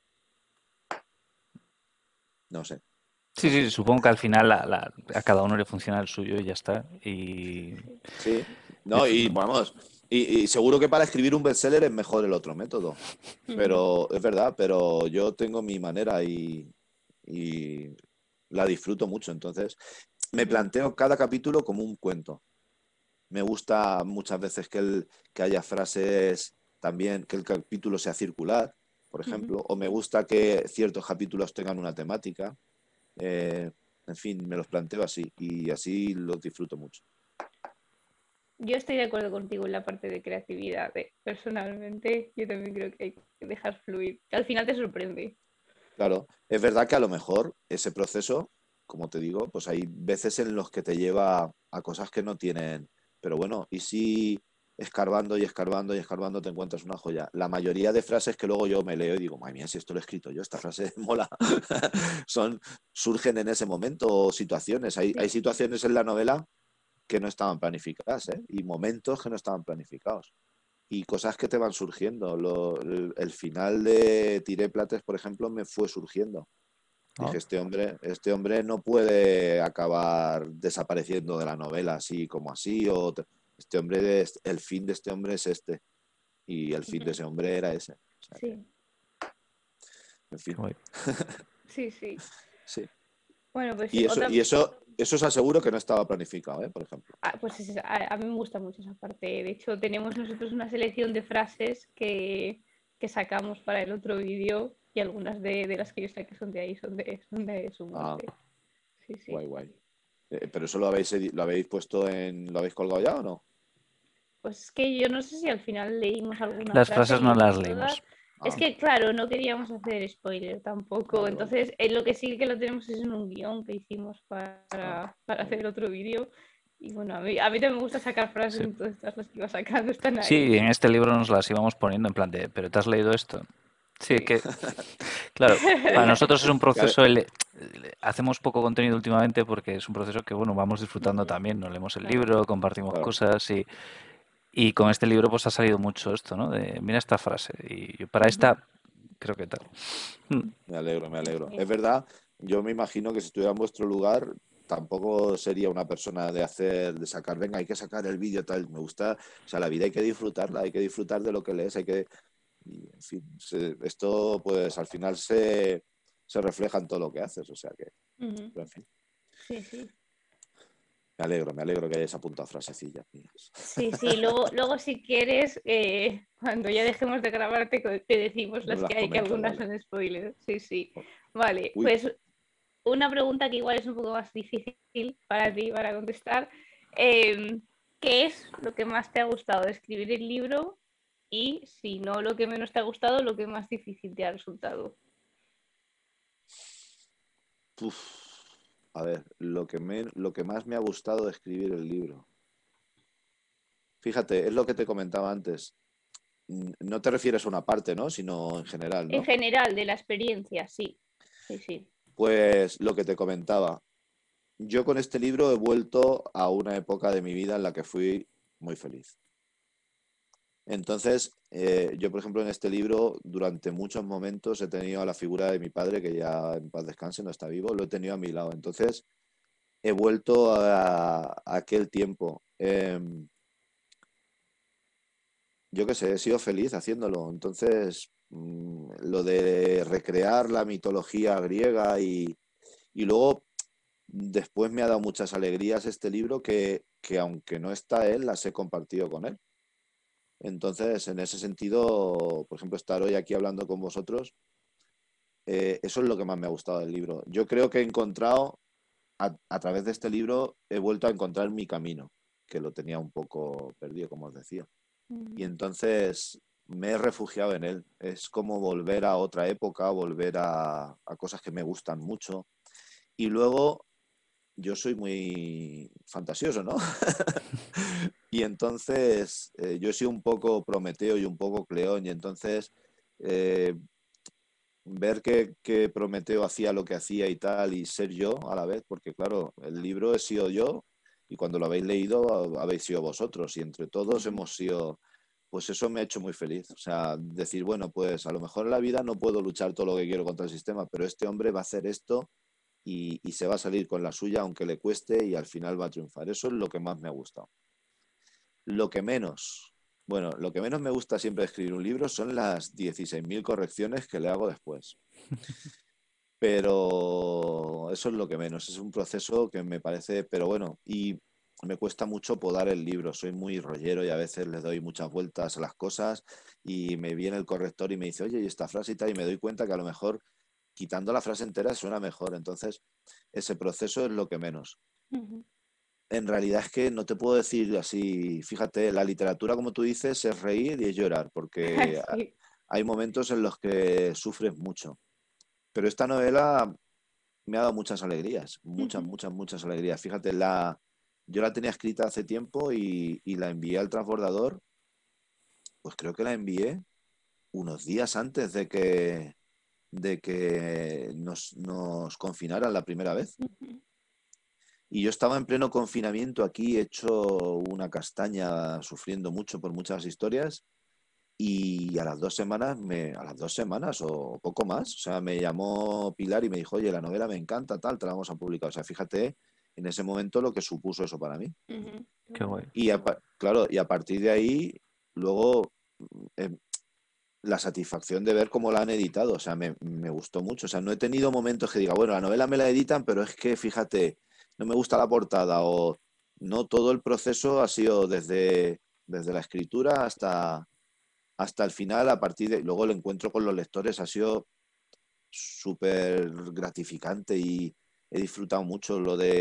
no sé, Sí, no sí, sé. supongo que al final a cada uno le funciona el suyo y ya está. Y Sí, no, eso, y ¿no? vamos, y seguro que para escribir un bestseller es mejor el otro método, Ujú. pero es verdad, pero yo tengo mi manera y la disfruto mucho, entonces me Ujú. planteo cada capítulo como un cuento. Me gusta muchas veces que haya frases también, que el capítulo sea circular, por Ujú. ejemplo, o me gusta que ciertos capítulos tengan una temática. Eh, en fin, me los planteo así y así los disfruto mucho. Yo estoy de acuerdo contigo en la parte de creatividad. Personalmente, yo también creo que hay que dejar fluir. Que al final te sorprende. Claro, es verdad que a lo mejor ese proceso, como te digo, pues hay veces en los que te lleva a cosas que no tienen, pero bueno, y si escarbando y escarbando y escarbando te encuentras una joya. La mayoría de frases que luego yo me leo y digo, madre mía, si esto lo he escrito yo, esta frase mola, son, surgen en ese momento o situaciones. Hay Sí. situaciones en la novela que no estaban planificadas, ¿eh? Y momentos que no estaban planificados y cosas que te van surgiendo. El final de Tiré Plates, por ejemplo, me fue surgiendo. Ah, Dije, este hombre no puede acabar desapareciendo de la novela así como así, este hombre, el fin de este hombre es este, y el fin de Ujú. ese hombre era ese. O sea que, Sí, en qué fin, guay. sí, sí. sí. Bueno, pues Y otra, eso os aseguro que no estaba planificado, ¿eh? Por ejemplo. pues a mí me gusta mucho esa parte. De hecho, tenemos nosotros una selección de frases que sacamos para el otro vídeo y algunas de las que yo saqué son de ahí, son de su Ah, muerte. Sí, sí. guay, guay. Pero eso lo habéis puesto lo habéis colgado ya o no? Pues es que yo no sé si al final leímos alguna Las frase, frases no leímos las todas. leímos. Es Ah, que, claro, no queríamos hacer spoiler tampoco. vale, vale. Entonces, lo que sí que lo tenemos es en un guión que hicimos Ah, para muy hacer bien. otro vídeo. Y bueno, a mí también me gusta sacar frases, Sí. entonces todas las que iba sacando están ahí. Sí, en este libro nos las íbamos poniendo en plan de, ¿pero te has leído esto? Sí, Sí. que, claro, para Oye, nosotros es un que- proceso, hacemos poco contenido últimamente porque es un proceso que, bueno, vamos disfrutando Ujú. también, nos leemos el Claro. libro, compartimos claro, cosas y con este libro pues ha salido mucho esto, ¿no? De, mira esta frase y yo para Ujú. esta creo que tal. Mm. me alegro, me Sí, alegro. sí. Es verdad, yo me imagino que si estuviera en vuestro lugar, tampoco sería una persona de sacar, venga, hay que sacar el vídeo tal. Me gusta, o sea, la vida hay que disfrutarla, hay que disfrutar de lo que lees, y, en fin, esto pues al final se refleja en todo lo que haces, o sea que, Ujú. pero, en fin, Sí, sí. me alegro que hayáis apuntado frasecillas mías. Sí, sí, luego si quieres, cuando ya dejemos de grabar, te decimos No las las que hay, que comentas, algunas vale. son spoilers. Sí, sí. Vale, Uy, pues una pregunta que igual es un poco más difícil para ti, para contestar. ¿Qué es lo que más te ha gustado de escribir el libro? Y si no lo que menos te ha gustado, lo que más difícil te ha resultado. uf. A ver, lo que más me ha gustado de escribir el libro. Fíjate, es lo que te comentaba antes. No te refieres a una parte, ¿no? Sino en general, En ¿no? general, de la experiencia, sí. Sí, sí. Pues lo que te comentaba. Yo con este libro he vuelto a una época de mi vida en la que fui muy feliz. Entonces, yo, por ejemplo, en este libro, durante muchos momentos he tenido a la figura de mi padre, que ya en paz descanse, no está vivo, lo he tenido a mi lado. Entonces, he vuelto a aquel tiempo. Yo qué sé, he sido feliz haciéndolo. Entonces, lo de recrear la mitología griega y luego después me ha dado muchas alegrías este libro que aunque no está él, las he compartido con él. Entonces, en ese sentido, por ejemplo, estar hoy aquí hablando con vosotros, eso es lo que más me ha gustado del libro. Yo creo que he encontrado, a través de este libro, he vuelto a encontrar mi camino, que lo tenía un poco perdido, como os decía. Y Mm. entonces me he refugiado en él. Es como volver a otra época, volver a cosas que me gustan mucho. Y luego yo soy muy fantasioso, ¿no? Y entonces yo he sido un poco Prometeo y un poco Cleón. Y entonces eh, ver que Prometeo hacía lo que hacía y tal, y ser yo a la vez, porque claro, el libro he sido yo, y cuando lo habéis leído habéis sido vosotros, y entre todos Ujú. hemos sido, pues eso me ha hecho muy feliz. O sea, decir, bueno, pues a lo mejor en la vida no puedo luchar todo lo que quiero contra el sistema, pero este hombre va a hacer esto y se va a salir con la suya, aunque le cueste, y al final va a triunfar. Eso es lo que más me ha gustado. Lo que menos, bueno, lo que menos me gusta siempre de escribir un libro son las 16.000 correcciones que le hago después. Pero eso es lo que menos, es un proceso que me parece, pero bueno, y me cuesta mucho podar el libro, soy muy rollero y a veces le doy muchas vueltas a las cosas y me viene el corrector y me dice, oye, y esta frase y tal, y me doy cuenta que a lo mejor quitando la frase entera suena mejor, entonces ese proceso es lo que menos. Ujú. En realidad es que no te puedo decir así, fíjate, la literatura, como tú dices, es reír y es llorar, porque Sí. hay momentos en los que sufres mucho. Pero esta novela me ha dado muchas alegrías, muchas, Ujú. muchas, muchas alegrías. Fíjate, yo la tenía escrita hace tiempo y la envié al transbordador, pues creo que la envié unos días antes de que nos confinaran la primera vez. Ujú. Y yo estaba en pleno confinamiento aquí, hecho una castaña, sufriendo mucho por muchas historias. Y a las 2 semanas o poco más, o sea, me llamó Pilar y me dijo, oye, la novela me encanta, tal, te la vamos a publicar. O sea, fíjate en ese momento lo que supuso eso para mí. Ujú. Qué Qué guay. guay. Claro, y a partir de ahí, luego, eh, la satisfacción de ver cómo la han editado, o sea, me gustó mucho. O sea, no he tenido momentos que diga, bueno, la novela me la editan, pero es que, fíjate, no me gusta la portada o no, todo el proceso ha sido desde la escritura hasta el final, a partir de luego el encuentro con los lectores ha sido súper gratificante y he disfrutado mucho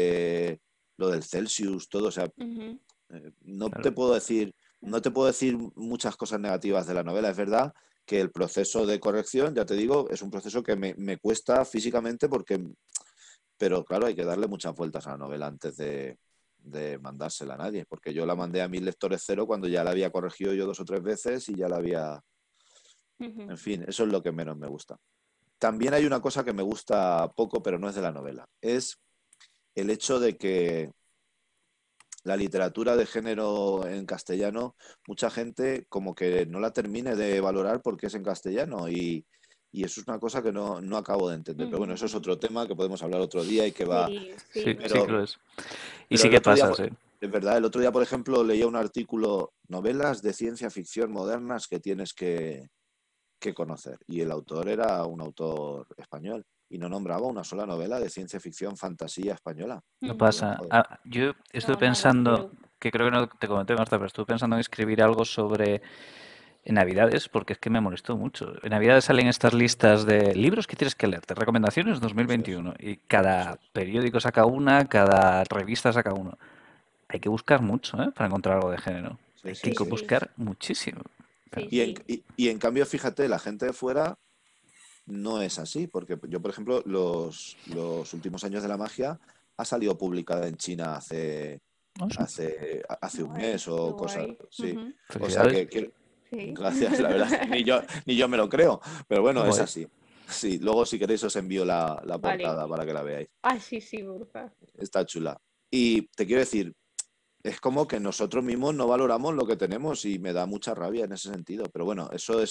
lo del Celsius, todo. O sea, Ujú. no te Claro. puedo decir, no te puedo decir muchas cosas negativas de la novela. Es verdad que el proceso de corrección, ya te digo, es un proceso que me cuesta físicamente pero claro, hay que darle muchas vueltas a la novela antes de mandársela a nadie, porque yo la mandé a mis lectores cero cuando ya la había corregido yo 2 o 3 veces y ya la había. Ujú. En fin, eso es lo que menos me gusta. También hay una cosa que me gusta poco, pero no es de la novela. Es el hecho de que la literatura de género en castellano, mucha gente como que no la termine de valorar porque es en castellano y eso es una cosa que no acabo de entender. Pero bueno, eso es Ujú. otro tema que podemos hablar otro día y que va. Sí, sí, Sí, sí que Pero, lo porque es. Y pero sí el que otro día, pasa, sí. es verdad, el otro día, por ejemplo, leía un artículo, novelas de ciencia ficción modernas que tienes que conocer. Y el autor era un autor español y no nombraba una sola novela de ciencia ficción fantasía española. No ujú. Digo, pasa. joder, Ah, yo estuve No, nada, pensando, cero. que creo que no te comenté, Marta, pero estuve pensando en escribir algo sobre Navidades, porque es que me molestó mucho. En Navidades salen estas listas de libros que tienes que leer, de recomendaciones eso es, 2021, y eso cada es. periódico saca una, cada revista saca uno. Hay que buscar mucho, ¿eh? Para encontrar algo de género. Sí, Hay sí, que Sí, sí. sí, buscar muchísimo. Pero, sí, Y en, sí. y, y en cambio, fíjate, la gente de fuera no es así, porque yo, por ejemplo, los últimos años de la magia ha salido publicada en China no sé, hace un Guay, mes qué o cosas, guay. sí. Ujú. O sea felicidades. Sí. gracias, la verdad, ni yo me lo creo, pero Qué bueno, es guay. así. Sí, luego si queréis os envío la Vale. portada para que la veáis. Ah, sí, sí, porfa. Está chula. Y te quiero decir, es como que nosotros mismos no valoramos lo que tenemos y me da mucha rabia en ese sentido. Pero bueno,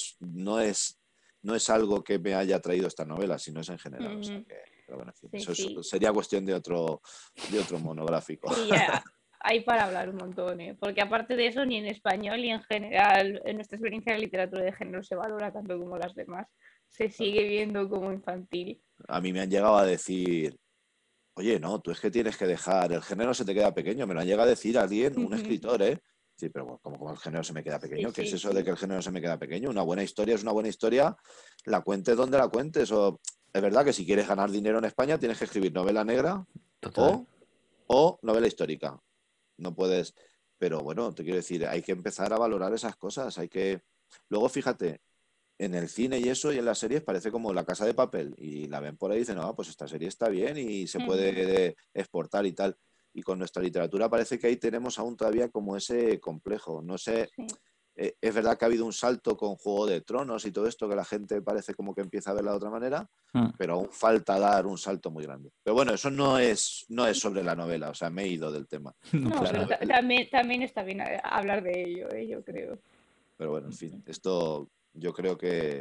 no es algo que me haya traído esta novela, sino es en general. O sea Ujú. que, pero bueno, en fin, Sí, eso sí. sería cuestión de otro monográfico. Sí, ya hay para hablar un montón, ¿eh? Porque aparte de eso, ni en español ni en general, en nuestra experiencia de literatura de género se valora tanto como las demás. Se sigue viendo como infantil. A mí me han llegado a decir, oye, no, tú es que tienes que dejar, el género se te queda pequeño. Me lo han llegado a decir alguien, un Ujú. escritor, ¿eh? Sí, pero bueno, ¿cómo el género se me queda Sí, pequeño? ¿Qué es sí, eso de que sí. el género se me queda pequeño? Una buena historia es una buena historia, la cuentes donde la cuentes. O es verdad que si quieres ganar dinero en España tienes que escribir novela negra Total. o, o novela histórica. No puedes, pero bueno, te quiero decir, hay que empezar a valorar esas cosas. Luego fíjate, en el cine y eso y en las series parece como La Casa de Papel y la ven por ahí y dicen, no, pues esta serie está bien y se Ujú. puede exportar y tal. Y con nuestra literatura parece que ahí tenemos aún todavía como ese complejo. No sé, Sí. es verdad que ha habido un salto con Juego de Tronos y todo esto que la gente parece como que empieza a verla de otra manera, Mm. pero aún falta dar un salto muy grande. Pero bueno, eso no es sobre la novela, o sea, me he ido del tema. No No, pasa pero nada. también está bien hablar de ello, yo creo. Pero bueno, en fin, esto yo creo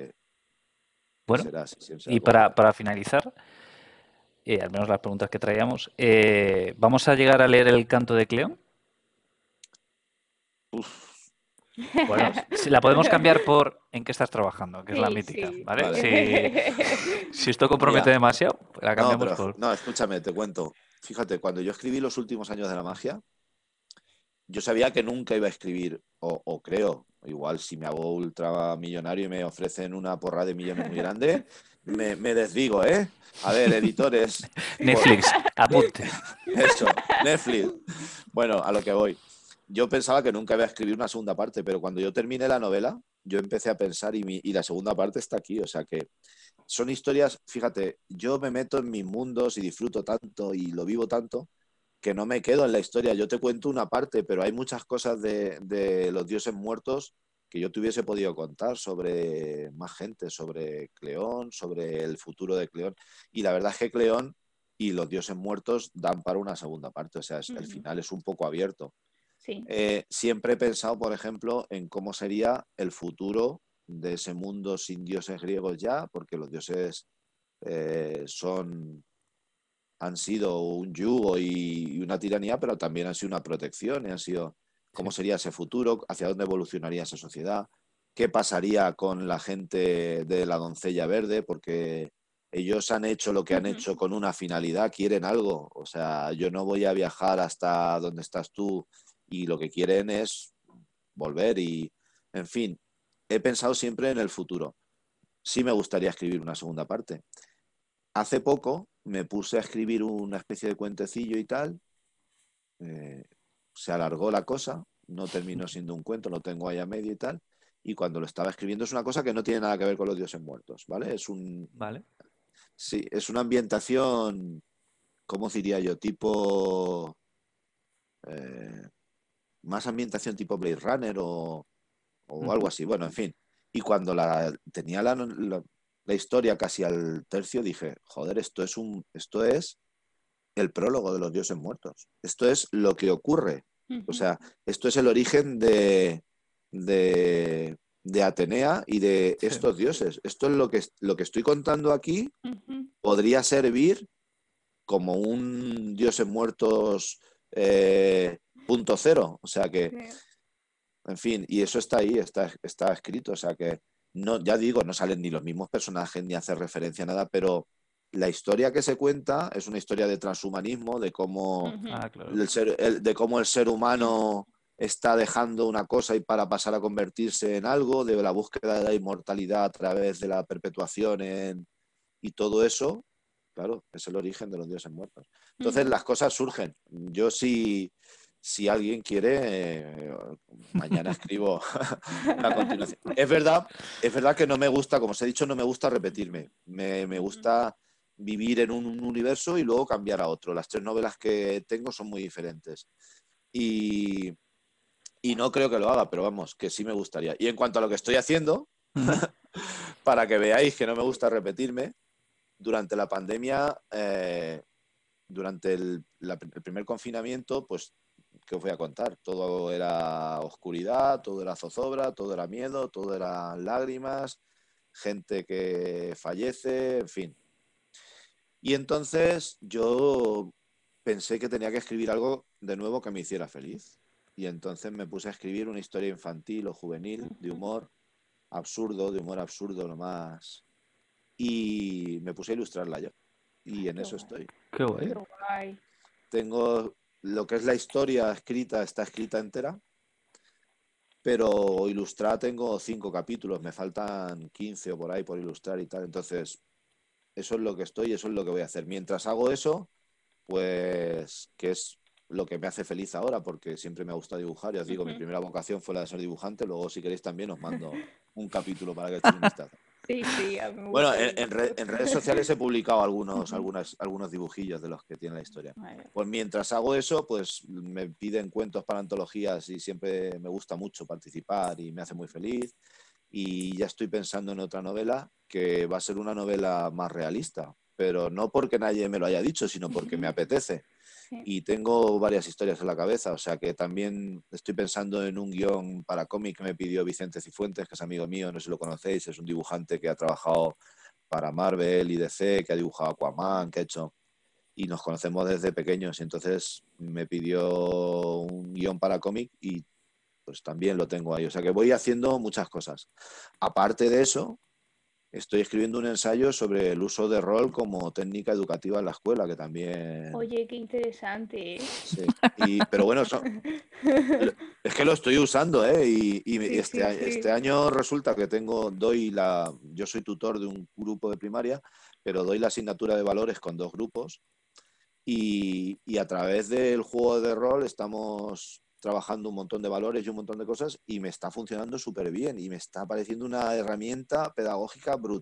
que Bueno, será así, siempre será y como será. para finalizar, al menos las preguntas que traíamos, ¿vamos a llegar a leer el canto de Cleón? Uf, Bueno, si la podemos cambiar por ¿en qué estás trabajando? Que es la Sí, mítica, sí. ¿vale? vale. Si esto compromete Mira, demasiado, pues la no, cambiamos pero por... no, escúchame, te cuento. Fíjate, cuando yo escribí los últimos años de la magia, yo sabía que nunca iba a escribir, o creo, igual si me hago ultramillonario y me ofrecen una porra de millones muy grande, me desdigo, ¿eh? A ver, editores, por Netflix, apunte. eso, Netflix. Bueno, a lo que voy. Yo pensaba que nunca iba a escribir una segunda parte, pero cuando yo terminé la novela, yo empecé a pensar y la segunda parte está aquí, o sea son historias, fíjate, yo me meto en mis mundos y disfruto tanto y lo vivo tanto que no me quedo en la historia. Yo te cuento una parte, pero hay muchas cosas de los dioses muertos que yo te hubiese podido contar sobre más gente, sobre Cleón, sobre el futuro de Cleón. Y la verdad es que Cleón y los dioses muertos dan para una segunda parte, o sea, el final es un poco abierto. Sí. Siempre he pensado, por ejemplo, en cómo sería el futuro de ese mundo sin dioses griegos ya, porque los dioses han sido un yugo y una tiranía, pero también han sido una protección y han sido cómo sería ese futuro, hacia dónde evolucionaría esa sociedad, qué pasaría con la gente de la doncella verde, porque ellos han hecho lo que han hecho con una finalidad, quieren algo. O sea, yo no voy a viajar hasta donde estás tú y lo que quieren es volver y, en fin, he pensado siempre en el futuro. Sí me gustaría escribir una segunda parte. Hace poco me puse a escribir una especie de cuentecillo y tal. Se alargó la cosa, no terminó siendo un cuento, lo tengo ahí a medio y tal. Y cuando lo estaba escribiendo es una cosa que no tiene nada que ver con los dioses muertos, ¿vale? Vale. Sí, es una ambientación, ¿cómo diría yo? Tipo, eh, más ambientación tipo Blade Runner o algo así. Bueno, en fin. Y cuando tenía la historia casi al tercio, dije, joder, esto es el prólogo de los dioses muertos. Esto es lo que ocurre. O sea, esto es el origen de Atenea y de estos dioses. Esto es lo que estoy contando aquí. Podría servir como un dioses muertos punto cero. O sea que, en fin, y eso está ahí, está escrito. O sea que, no, ya digo, no salen ni los mismos personajes ni hace referencia a nada, pero la historia que se cuenta es una historia de transhumanismo, de cómo, Claro. de cómo el ser humano está dejando una cosa y para pasar a convertirse en algo, de la búsqueda de la inmortalidad a través de la perpetuación y todo eso, claro, es el origen de los dioses muertos. Entonces las cosas surgen. Yo si alguien quiere, mañana escribo una continuación. Es verdad que no me gusta, como os he dicho, no me gusta repetirme. Me gusta vivir en un universo y luego cambiar a otro. Las 3 novelas que tengo son muy diferentes. Y, y no creo que lo haga, pero vamos, que sí me gustaría. Y en cuanto a lo que estoy haciendo, para que veáis que no me gusta repetirme, durante la pandemia, durante el primer confinamiento, pues, ¿qué os voy a contar? Todo era oscuridad, todo era zozobra, todo era miedo, todo era lágrimas, gente que fallece, en fin. Y entonces yo pensé que tenía que escribir algo de nuevo que me hiciera feliz. Y entonces me puse a escribir una historia infantil o juvenil de humor absurdo, lo más. Y me puse a ilustrarla yo. Y en eso estoy. Qué guay. Qué guay. Tengo lo que es la historia escrita, está escrita entera, pero ilustrada tengo 5 capítulos, me faltan 15 o por ahí por ilustrar y tal. Entonces, eso es lo que estoy, eso es lo que voy a hacer. Mientras hago eso, pues, que es lo que me hace feliz ahora, porque siempre me ha gustado dibujar. Ya os digo, mi primera vocación fue la de ser dibujante, luego si queréis también os mando un capítulo para que echéis un vistazo. Sí, a mí me Bueno, gusta en redes sociales he publicado algunos dibujillos de los que tiene la historia. Pues mientras hago eso, pues me piden cuentos para antologías y siempre me gusta mucho participar y me hace muy feliz. Y ya estoy pensando en otra novela que va a ser una novela más realista, pero no porque nadie me lo haya dicho, sino porque me apetece. Y tengo varias historias en la cabeza, o sea que también estoy pensando en un guión para cómic que me pidió Vicente Cifuentes, que es amigo mío, no sé si lo conocéis, es un dibujante que ha trabajado para Marvel y DC, que ha dibujado Aquaman, que ha hecho, y nos conocemos desde pequeños, y entonces me pidió un guión para cómic y pues también lo tengo ahí, o sea que voy haciendo muchas cosas. Aparte de eso, estoy escribiendo un ensayo sobre el uso de rol como técnica educativa en la escuela, que también... Oye, qué interesante, ¿eh? Sí, pero bueno, es que lo estoy usando, ¿eh? Este año resulta que yo soy tutor de un grupo de primaria, pero doy la asignatura de valores con 2 grupos y a través del juego de rol estamos trabajando un montón de valores y un montón de cosas y me está funcionando súper bien y me está pareciendo una herramienta pedagógica brutal.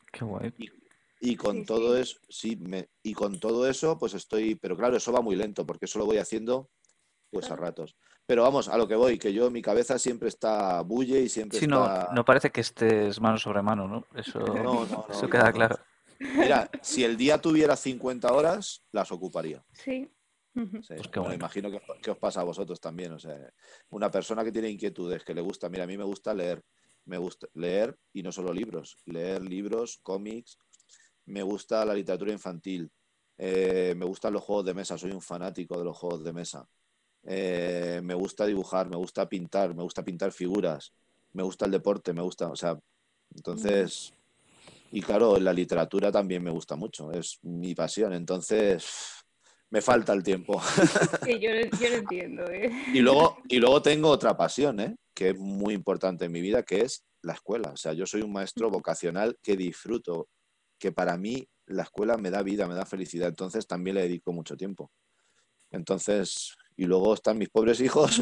Qué guay. Y con Sí, todo sí. eso, y con todo eso, pues estoy, pero claro, eso va muy lento, porque eso lo voy haciendo pues a Claro. ratos. Pero vamos, a lo que voy, que yo, mi cabeza siempre está bulle y siempre Sí, no, está. no parece que estés mano sobre mano, ¿no? Eso, No, no, eso no, queda no, no. claro. Mira, si el día tuviera 50 horas, las ocuparía. Sí. Ujú. Sí, Pues qué bueno, bueno. imagino que os pasa a vosotros también. O sea, una persona que tiene inquietudes, que le gusta, mira, a mí me gusta leer. Me gusta leer y no solo libros, leer libros, cómics, me gusta la literatura infantil, me gustan los juegos de mesa, soy un fanático de los juegos de mesa. Me gusta dibujar, me gusta pintar figuras, me gusta el deporte, me gusta, o sea, Ujú. entonces, y claro, la literatura también me gusta mucho, es mi pasión, entonces me falta el tiempo. Sí, yo lo entiendo, ¿eh? Y luego tengo otra pasión, ¿eh? Que es muy importante en mi vida, que es la escuela. O sea, yo soy un maestro vocacional que disfruto, que para mí la escuela me da vida, me da felicidad, entonces también le dedico mucho tiempo. Entonces, y luego están mis pobres hijos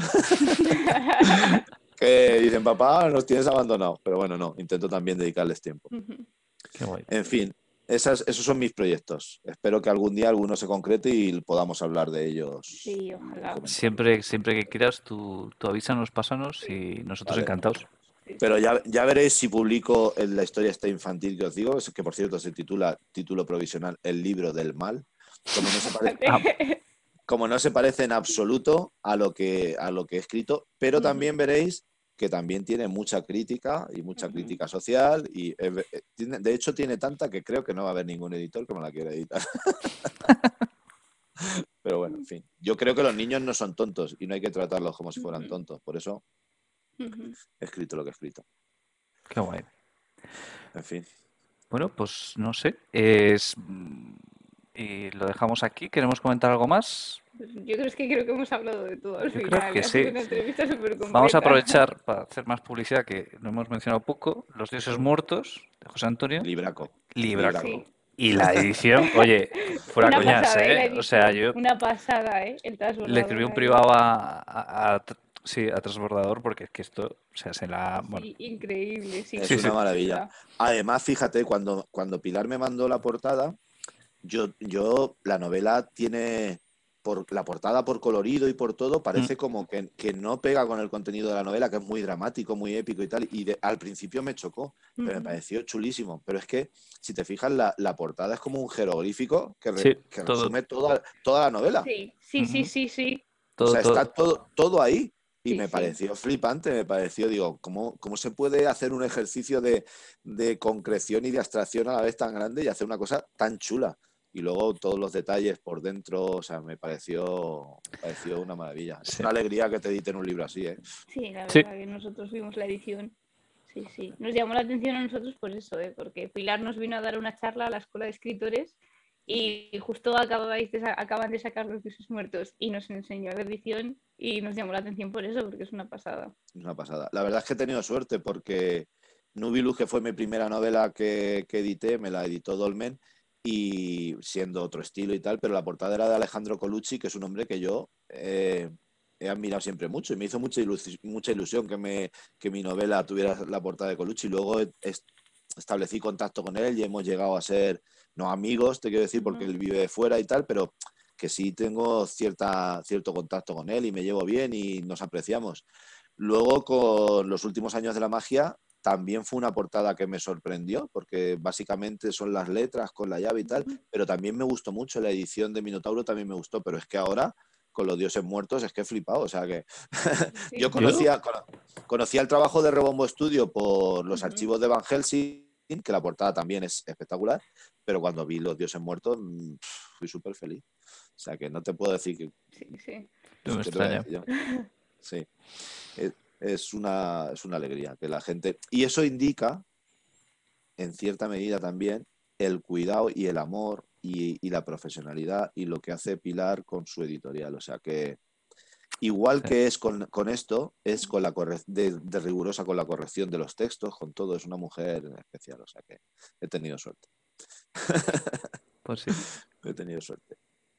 que dicen, papá, nos tienes abandonados. Pero bueno, no, intento también dedicarles tiempo. Ujú. Qué guay. En fin, esos son mis proyectos. Espero que algún día alguno se concrete y podamos hablar de ellos Sí, y ojalá. comentarlos. Siempre que quieras, tú avísanos, pásanos Sí, y nosotros Vale. encantados. sí, Pero sí. ya veréis si publico la historia esta infantil que os digo, que por cierto se titula título provisional El libro del mal, como no se parece, Ah, Vale. como no se parece en absoluto a lo que he escrito, pero Ujú. también veréis que también tiene mucha crítica y mucha Ujú. crítica social y de hecho tiene tanta que creo que no va a haber ningún editor que me la quiera editar. Pero bueno, en fin, yo creo que los niños no son tontos y no hay que tratarlos como si fueran Ujú. tontos, por eso Ujú. he escrito lo que he escrito. qué guay. En fin, Bueno, pues no sé. Y lo dejamos aquí. ¿Queremos comentar algo más? Pues yo creo que hemos hablado de todo al Yo creo final. que Ha sido sí. una entrevista súper Vamos a completa. aprovechar para hacer más publicidad, que lo hemos mencionado poco. Los dioses muertos, de José Antonio. libraco, Libraco. Sí. libraco. Y la edición, oye, fuera Una coñas, pasada, ¿eh? La ¿eh? O sea, edición. yo Una pasada, ¿eh? El le escribí transbordador un ahí. privado sí, a Transbordador porque es que esto, o sea, bueno, Sí, increíble. Sí, Es sí, sí, sí, una sí, de maravilla. verdad. Además, fíjate, cuando Pilar me mandó la portada, la novela tiene, por la portada, por colorido y por todo, mm, parece como que no pega con el contenido de la novela, que es muy dramático, muy épico y tal. Y al principio me chocó, pero me Ujú. pareció chulísimo. Pero es que, si te fijas, la portada es como un jeroglífico sí, que todo, resume toda la novela. Sí, sí, sí, ujú, sí, sí. O todo, sea, está todo, todo ahí. Y Sí, me sí. pareció flipante, me pareció, digo, ¿cómo se puede hacer un ejercicio de concreción y de abstracción a la vez tan grande y hacer una cosa tan chula? Y luego todos los detalles por dentro, o sea, me pareció una maravilla. Es sí, una alegría que te editen un libro así, ¿eh? Sí, la sí, verdad que nosotros vimos la edición. Sí, sí. Nos llamó la atención a nosotros por eso, ¿eh? Porque Pilar nos vino a dar una charla a la Escuela de Escritores Ujú. y justo acaban de sacar Los Dioses Muertos y nos enseñó la edición y nos llamó la atención por eso, porque es una pasada. Es una pasada. La verdad es que he tenido suerte porque Nubilus, que fue mi primera novela que edité, me la editó Dolmen y siendo otro estilo y tal, pero la portada era de Alejandro Colucci, que es un hombre que yo he admirado siempre mucho y me hizo mucha ilusión que mi novela tuviera la portada de Colucci. Luego establecí contacto con él y hemos llegado a ser, no amigos, te quiero decir, porque Ujú. él vive fuera y tal, pero que sí tengo cierto contacto con él y me llevo bien y nos apreciamos. Luego, con los últimos años de la magia, también fue una portada que me sorprendió, porque básicamente son las letras con la llave y tal, Ujú. pero también me gustó mucho la edición de Minotauro, también me gustó, pero es que ahora, con los dioses muertos, es que he flipado, o sea que yo Sí. yo, conocía el trabajo de Rebombo Studio por los Ujú. archivos de Van Helsing, que la portada también es espectacular, pero cuando vi los dioses muertos, fui súper feliz. O sea que no te puedo decir Sí, sí. no me ¿qué te voy a extraña. decir yo? Sí. Es una alegría que la gente. Y eso indica, en cierta medida también, el cuidado y el amor y la profesionalidad y lo que hace Pilar con su editorial. O sea que, igual Sí, que es con esto, es con de rigurosa con la corrección de los textos, con todo. Es una mujer especial. O sea que he tenido suerte. pues sí. He tenido suerte.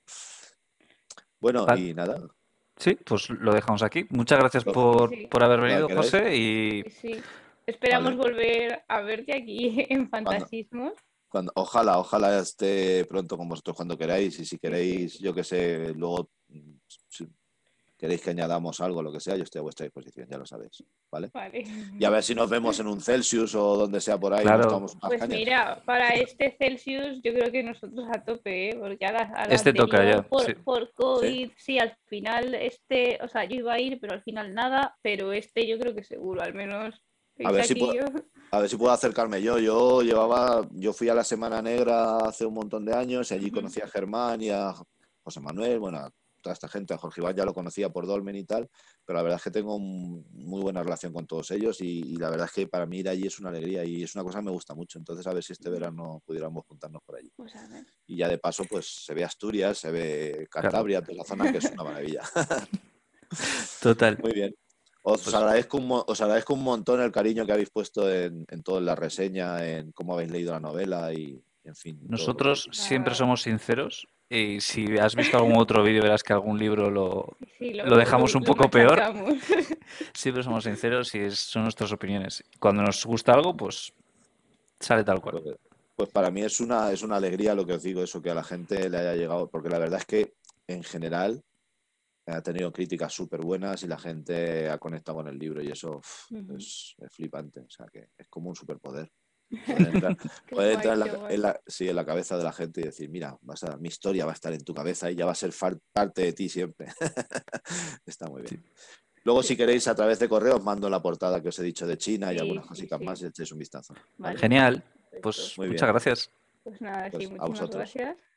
Bueno, Vale. y nada, Sí, pues lo dejamos aquí. Muchas gracias lo, Sí, sí, sí. por haber lo que venido, queráis. José, y Sí, sí. Esperamos Vale. volver a verte aquí en Cuando, Fantasismos. ojalá esté pronto con vosotros cuando queráis. Y si Sí, sí. queréis, yo que sé, luego, si queréis que añadamos algo, lo que sea, yo estoy a vuestra disposición, ya lo sabéis. ¿Vale? Vale. Y a ver si nos vemos en un Celsius o donde sea por ahí y nos Claro, tomamos unas Pues cañas. mira, para este Celsius yo creo que nosotros a tope, ¿eh? Porque a la este toca anterior ya, sí. por ¿Sí? COVID, sí, al final o sea, yo iba a ir, pero al final nada, pero este yo creo que seguro, al menos A veis ver si aquí puedo, yo. a ver si puedo acercarme yo. Yo fui a la Semana Negra hace un montón de años y allí Ujú. conocí a Germán y a José Manuel, bueno, a toda esta gente, a Jorge Iván ya lo conocía por Dolmen y tal, pero la verdad es que tengo muy buena relación con todos ellos y la verdad es que para mí ir allí es una alegría y es una cosa que me gusta mucho. Entonces a ver si este verano pudiéramos juntarnos por allí. Pues a ver. Y ya de paso, pues se ve Asturias, se ve Claro, Cantabria, toda la zona, que es una maravilla. total. Muy bien. Os Pues agradezco os agradezco un montón el cariño que habéis puesto en toda la reseña, en cómo habéis leído la novela y, en fin, todo lo que... nosotros siempre Nada, somos sinceros y si has visto algún otro vídeo verás que algún libro sí, lo dejamos un lo poco peor. machacamos. Siempre somos sinceros y son nuestras opiniones. Cuando nos gusta algo, pues sale tal cual. Pues, pues para mí es una alegría lo que os digo, eso, que a la gente le haya llegado, porque la verdad es que en general ha tenido críticas súper buenas y la gente ha conectado con el libro y eso Ujú. es flipante, o sea que es como un superpoder. Poder entrar, Qué poder guay, entrar qué guay. sí, en la cabeza de la gente y decir, mira, mi historia va a estar en tu cabeza y ya va a ser parte de ti siempre. Está muy bien. Sí. Luego, si queréis, a través de correo os mando la portada que os he dicho de China y Sí, algunas sí, cositas más sí. y echéis un vistazo. ¿Vale? Vale, Genial. perfecto. Pues Muy muchas bien. gracias. Pues nada, sí, Pues a muchísimas vosotros. gracias.